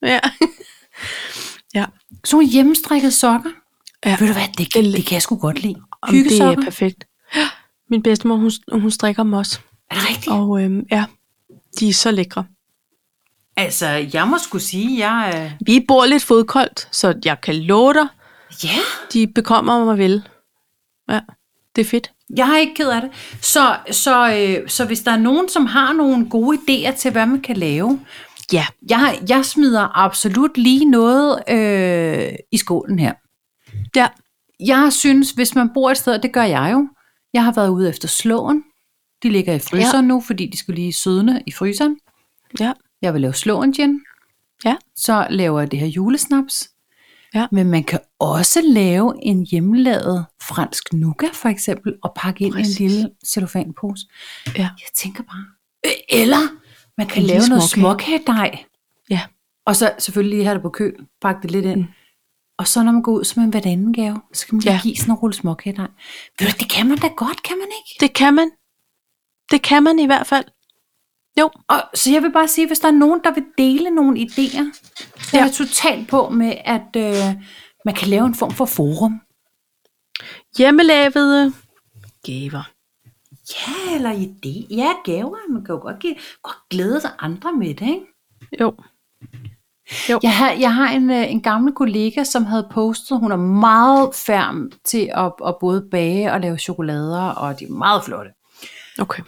Ja. Ja. Sådan nogle hjemmestrikkede sokker. Ja. Ved du hvad, det kan jeg sgu godt lide. Om det er Hyggesokker. perfekt. Min bedstemor, hun strikker dem også. Er det rigtigt? Og ja, de er så lækre. Altså, jeg må sgu sige, Vi bor lidt fodkoldt, så jeg kan love dig, Ja, de bekommer mig vel. Ja, det er fedt. jeg er ikke ked af det. Så hvis der er nogen, som har nogle gode idéer til, hvad man kan lave, Ja, jeg smider absolut lige noget i skålen her. ja, Jeg synes, hvis man bor et sted, og det gør jeg jo, jeg har været ude efter slåen. De ligger i fryseren nu, fordi de skulle lige sødne i fryseren. ja, Jeg vil lave slåen gin. ja. Så laver jeg det her julesnaps. Ja. Men man kan også lave en hjemmelavet fransk nougat for eksempel, og pakke ind Præcis. i en lille cellofanpose. Ja. Jeg tænker bare. Eller man kan En lave lille noget småkage. småkagedej. Ja. Og så selvfølgelig lige have det på køl, pakke det lidt ind. Og så når man går ud som en hverandengave, så kan man lige give sådan en rulle småkagedej. Ved du, det kan man da godt, kan man ikke? Det kan man. Det kan man i hvert fald. Jo. Og så jeg vil bare sige, hvis der er nogen, der vil dele nogle idéer, så er jeg totalt på med, at man kan lave en form for forum. Hjemmelavede gaver. Ja, eller idé. Ja, gaver. Man kan jo godt glæde sig andre med det, ikke? Jo. Jeg har en gammel kollega, som havde postet, hun er meget færm til at både bage og lave chokolader, og de er meget flotte. Okay.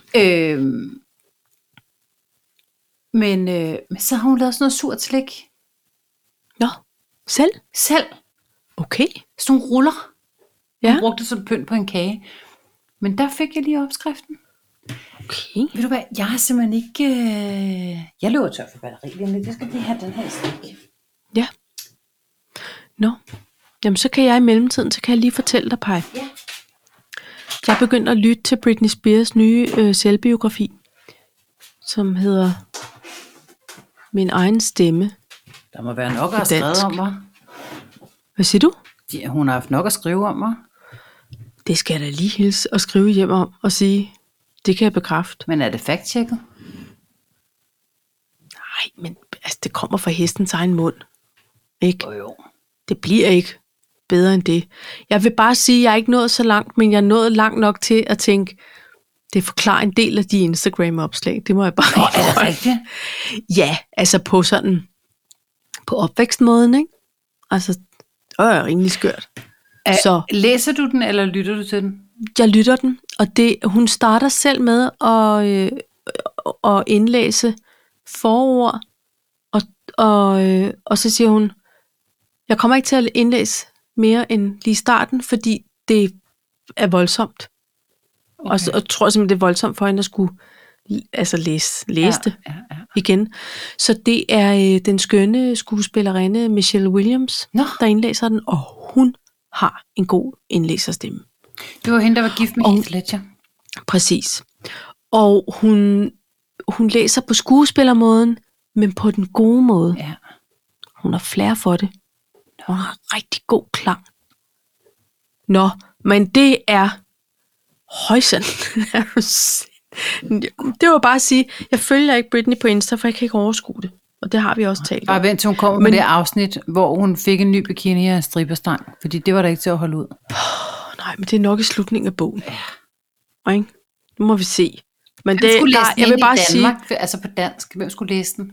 Men så har hun lavet sådan noget surt slik. Nå, selv? Selv. Okay. Sådan nogle ruller. Ja. Hun brugte sådan pynt på en kage. Men der fik jeg lige opskriften. Okay. Ved du hvad, jeg har simpelthen ikke... Jeg løber tør for batteri lige om lidt. Jeg skal lige have den her slik. Ja. Nå. Jamen, så kan jeg i mellemtiden, så kan jeg lige fortælle dig, Paj. Ja. Jeg er begyndt at lytte til Britney Spears nye selvbiografi, som hedder Min egen stemme. Der må være nok at have På dansk. skrevet om mig. Hvad siger du? Hun har haft nok at skrive om mig. Det skal jeg da lige hilse og skrive hjem om og sige, det kan jeg bekræfte. Men er det fact-checket? Nej, men altså, det kommer fra hestens egen mund. Ikke? Jo. Det bliver ikke bedre end det. Jeg vil bare sige, at jeg er ikke nået så langt, men jeg er nået langt nok til at tænke, det forklarer en del af de Instagram-opslag. Det må jeg bare Er det rigtigt? Ja, altså på opvækstmåden, ikke? Altså, det er rimelig skørt. Så Læser du den, eller lytter du til den? jeg lytter den, og hun starter selv med at indlæse forord, og så siger hun, jeg kommer ikke til at indlæse mere end lige starten, fordi det er voldsomt. Okay. Og jeg tror simpelthen, det er voldsomt for hende at skulle læse det igen. Så det er den skønne skuespillerinde Michelle Williams, der indlæser den, og hun har en god indlæserstemme. Det var hende, der var gift med Heath Ledger. Præcis. Og hun læser på skuespillermåden, men på den gode måde. Ja. Hun har flere for det. Hun har rigtig god klang. Nå, men det er højsand. Det var bare at sige, jeg følger ikke Britney på Insta, for jeg kan ikke overskue det. Og det har vi også talt om. Bare vent til hun kommer med det afsnit, hvor hun fik en ny bikini af en stripperstang. Fordi det var der ikke til at holde ud. Nej, men det er nok i slutningen af bogen. Ja. Ikke? Nu må vi se. Men Hvem skulle læse den jeg vil bare i Danmark, sige, altså på dansk? Hvem skulle læse den?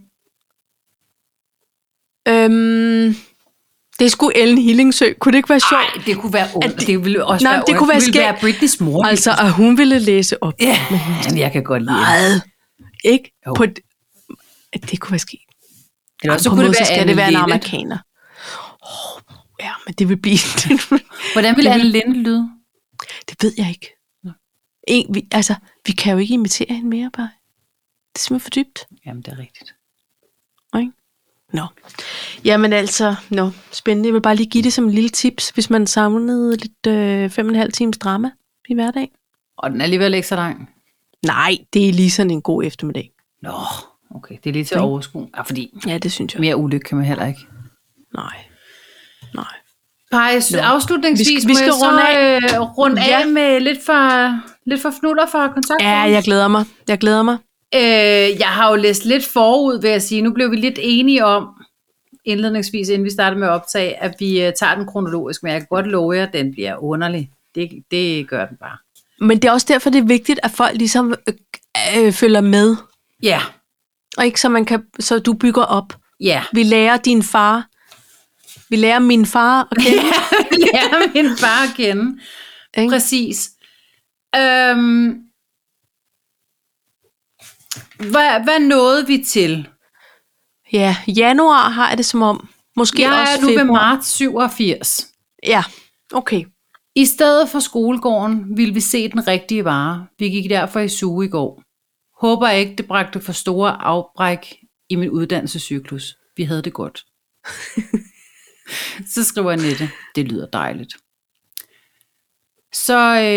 det er sgu Ellen Hillingsø. Kunne det ikke være sjovt? Nej, det kunne være ondt. Det ville også være det kunne være skægt. være Britneys mor. Altså, at hun ville læse op. Ja, men jeg kan godt lide det. Ikke? Det kunne være sket. Eller så på kunne måde, det være så skal Anne det være en Linnet. amerikaner. Ja, men det vil blive... Hvordan vil Anne Linnet lyde? Det ved jeg ikke. Vi kan jo ikke imitere hende mere, bare. Det er simpelthen for dybt. Jamen, det er rigtigt. Ikke? Nå. Jamen altså, spændende. Jeg vil bare lige give det som en lille tips, hvis man savnede lidt 5,5 times drama i hverdag. Og den er alligevel ikke så lang. Nej, det er lige sådan en god eftermiddag. Nå, okay. Det er lige til at overskue. Ja, fordi Ja, det synes jeg. mere ulykke kan man heller ikke. Nej. Paj, afslutningsvis vi skal runde af med lidt for fnuller fra kontakt. Ja, jeg glæder mig. Jeg har jo læst lidt forud, vil jeg sige. Nu blev vi lidt enige om, indledningsvis, inden vi starter med at optage, at vi tager den kronologisk, men jeg kan godt love jer, at den bliver underlig. Det gør den bare. Men det er også derfor, det er vigtigt, at folk ligesom følger med. Ja. Og ikke så du bygger op. Ja. Vi lærer din far. Vi lærer min far at kende. Vi lærer min far at kende. Ikke? Præcis. Hvad nåede vi til? Ja, januar har jeg det som om. Måske Jeg også er nu ved februar. marts 87. Ja, okay. I stedet for skolegården ville vi se den rigtige vare. Vi gik derfor i suge i går. Håber ikke, det bragte for store afbræk i min uddannelsescyklus. Vi havde det godt. Så skriver Annette, det lyder dejligt. Så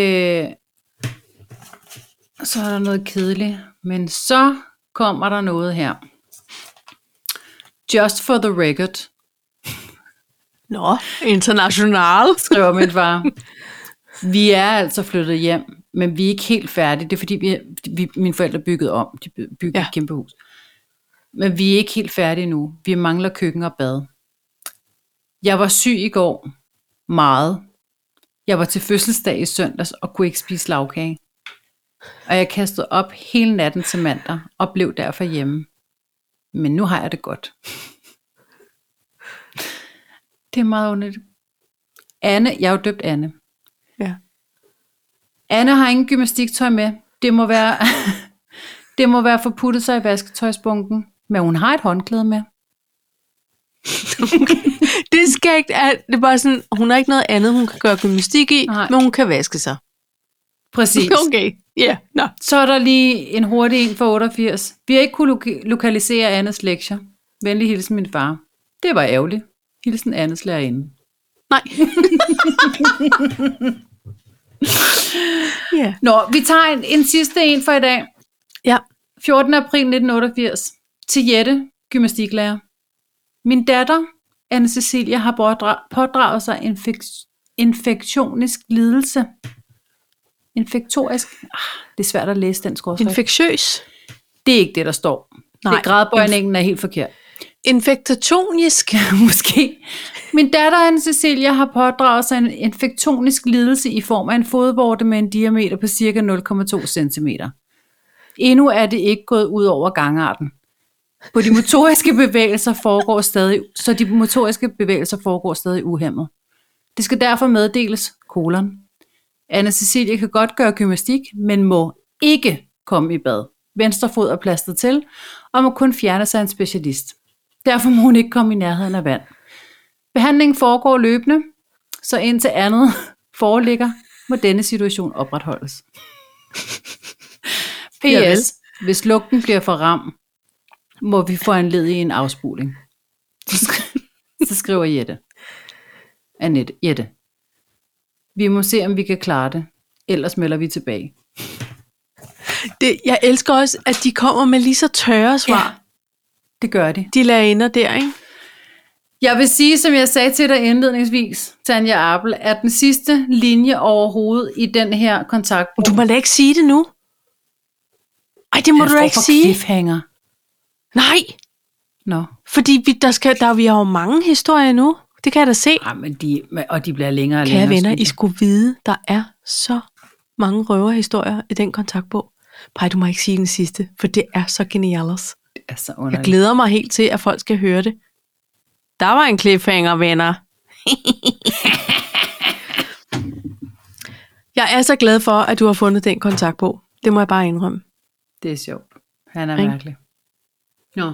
er der noget kedeligt. Men så kommer der noget her. Just for the record, Nå, international. skriver min far. Vi er altså flyttet hjem, men vi er ikke helt færdige. Det er fordi, mine forældre byggede om. De byggede et kæmpe hus. Men vi er ikke helt færdige nu. Vi mangler køkken og bad. Jeg var syg i går. Meget. Jeg var til fødselsdag i søndags og kunne ikke spise lagkage. Og jeg kastede op hele natten til mandag og blev derfor hjemme. Men nu har jeg det godt. Det er meget underligt. Anne, jeg er jo døbt Anne. Ja. Anne har ingen gymnastiktøj med. Det må være forputtet sig i vasketøjsbunken. Men hun har et håndklæde med. Det er skægt. Det er bare sådan, hun har ikke noget andet, hun kan gøre gymnastik i, Nej. men hun kan vaske sig. Præcis. Okay, ja. Nå. Så er der lige en hurtig en for 88. Vi har ikke kunne lokalisere Annes lektier. Venlig hilsen min far. Det var ærgerligt. Hilsen Annes lærerinde. Nej. Ja. Nå, vi tager en sidste en for i dag. Ja. 14. april 1988. Til Jette, gymnastiklærer. Min datter, Anne Cecilia, har pådraget sig infektionisk lidelse. Infektorisk? Det er svært at læse den skråstreg. Infektiøs. Det er ikke det, der står. Nej. Det gradbøjningen er helt forkert. Infektatonisk. Måske. Min datter, Anne Cecilia, har pådraget sig en infektonisk lidelse i form af en fodvorte med en diameter på ca. 0,2 cm. Endnu er det ikke gået ud over gangarten. De motoriske bevægelser foregår stadig uhæmmet. Det skal derfor meddeles, Anne Cecilia kan godt gøre gymnastik, men må ikke komme i bad. Venstre fod er plastret til, og må kun fjerne sig en specialist. Derfor må hun ikke komme i nærheden af vand. Behandlingen foregår løbende, så indtil andet foreligger, må denne situation opretholdes. PS. Hvis lugten bliver for ram, må vi få anledige en afspuling. Så skriver Jette. Vi må se, om vi kan klare det. Ellers melder vi tilbage. Jeg elsker også, at de kommer med lige så tørre svar. Ja, det gør de. De lærerinder der, ikke? Jeg vil sige, som jeg sagde til dig indledningsvis, Tanja Appel, at den sidste linje overhovedet i den her kontaktbog... Du må da ikke sige det nu. Ej, det må du da ikke sige. Cliffhanger. Nej. Nå. Fordi vi har jo mange historier nu. Det kan jeg da se. Ja, men de bliver længere og længere. Kære venner, I skulle vide, der er så mange røverhistorier i den kontaktbog. Pej, du må ikke sige den sidste, for det er så genialt. Det er så underligt. Jeg glæder mig helt til, at folk skal høre det. Der var en cliffhanger, venner. Jeg er så glad for, at du har fundet den kontaktbog. Det må jeg bare indrømme. Det er sjovt. Han er mærkelig. Nå.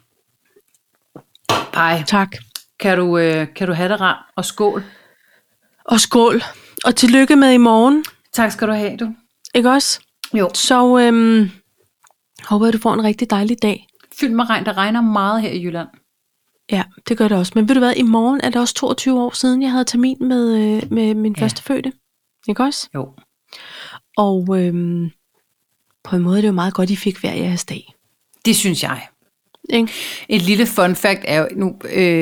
Pej. Tak. Kan du have det rart? Og skål. Og skål. Og tillykke med i morgen. Tak skal du have, du. Ikke også? Jo. Så håber jeg, du får en rigtig dejlig dag. Fyldt med regn. Der regner meget her i Jylland. Ja, det gør det også. Men ved du hvad, i morgen er det også 22 år siden, jeg havde termin med min førstefødte. Ikke også? Jo. Og på en måde er det jo meget godt, I fik hver jeres dag. Det synes jeg. Ikke? Et lille fun fact er jo nu...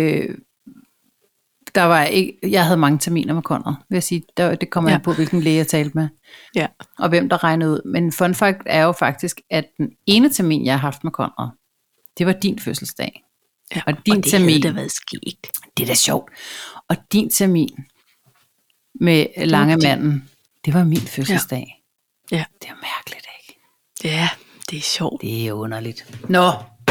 jeg havde mange terminer med Conrad, vil jeg sige. Det kommer an på, hvilken læge jeg talte med. Ja. Og hvem der regnede ud. Men fun fact er jo faktisk, at den ene termin, jeg har haft med Conrad, det var din fødselsdag. Ja, Og din det termin, havde da været skægt. det er da sjovt. Og din termin med Langemanden, det var min fødselsdag. Ja. Det er mærkeligt, ikke? Ja, det er sjovt. Det er underligt. Nå.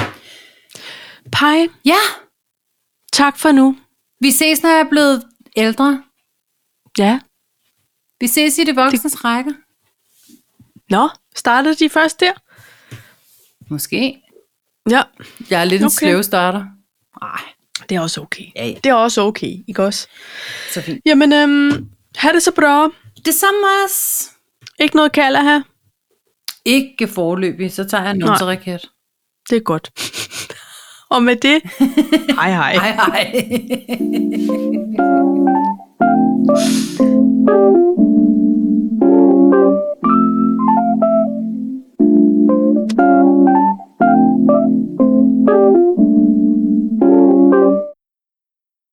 Pej, Ja, tak for nu. vi ses, når jeg er blevet ældre. Ja. Vi ses i det voksnes række. Nå, startede de først der? Måske. Ja, Jeg er lidt en Okay. sløv starter. Nej, det er også okay. ja. Det er også okay, ikke også? Så fint. Jamen, ha' det så bra. Det samme også. Ikke noget kald at have. Ikke forløbig, så tager jeg en numseraket. Det er godt. Og med det, hej hej. Hej hej.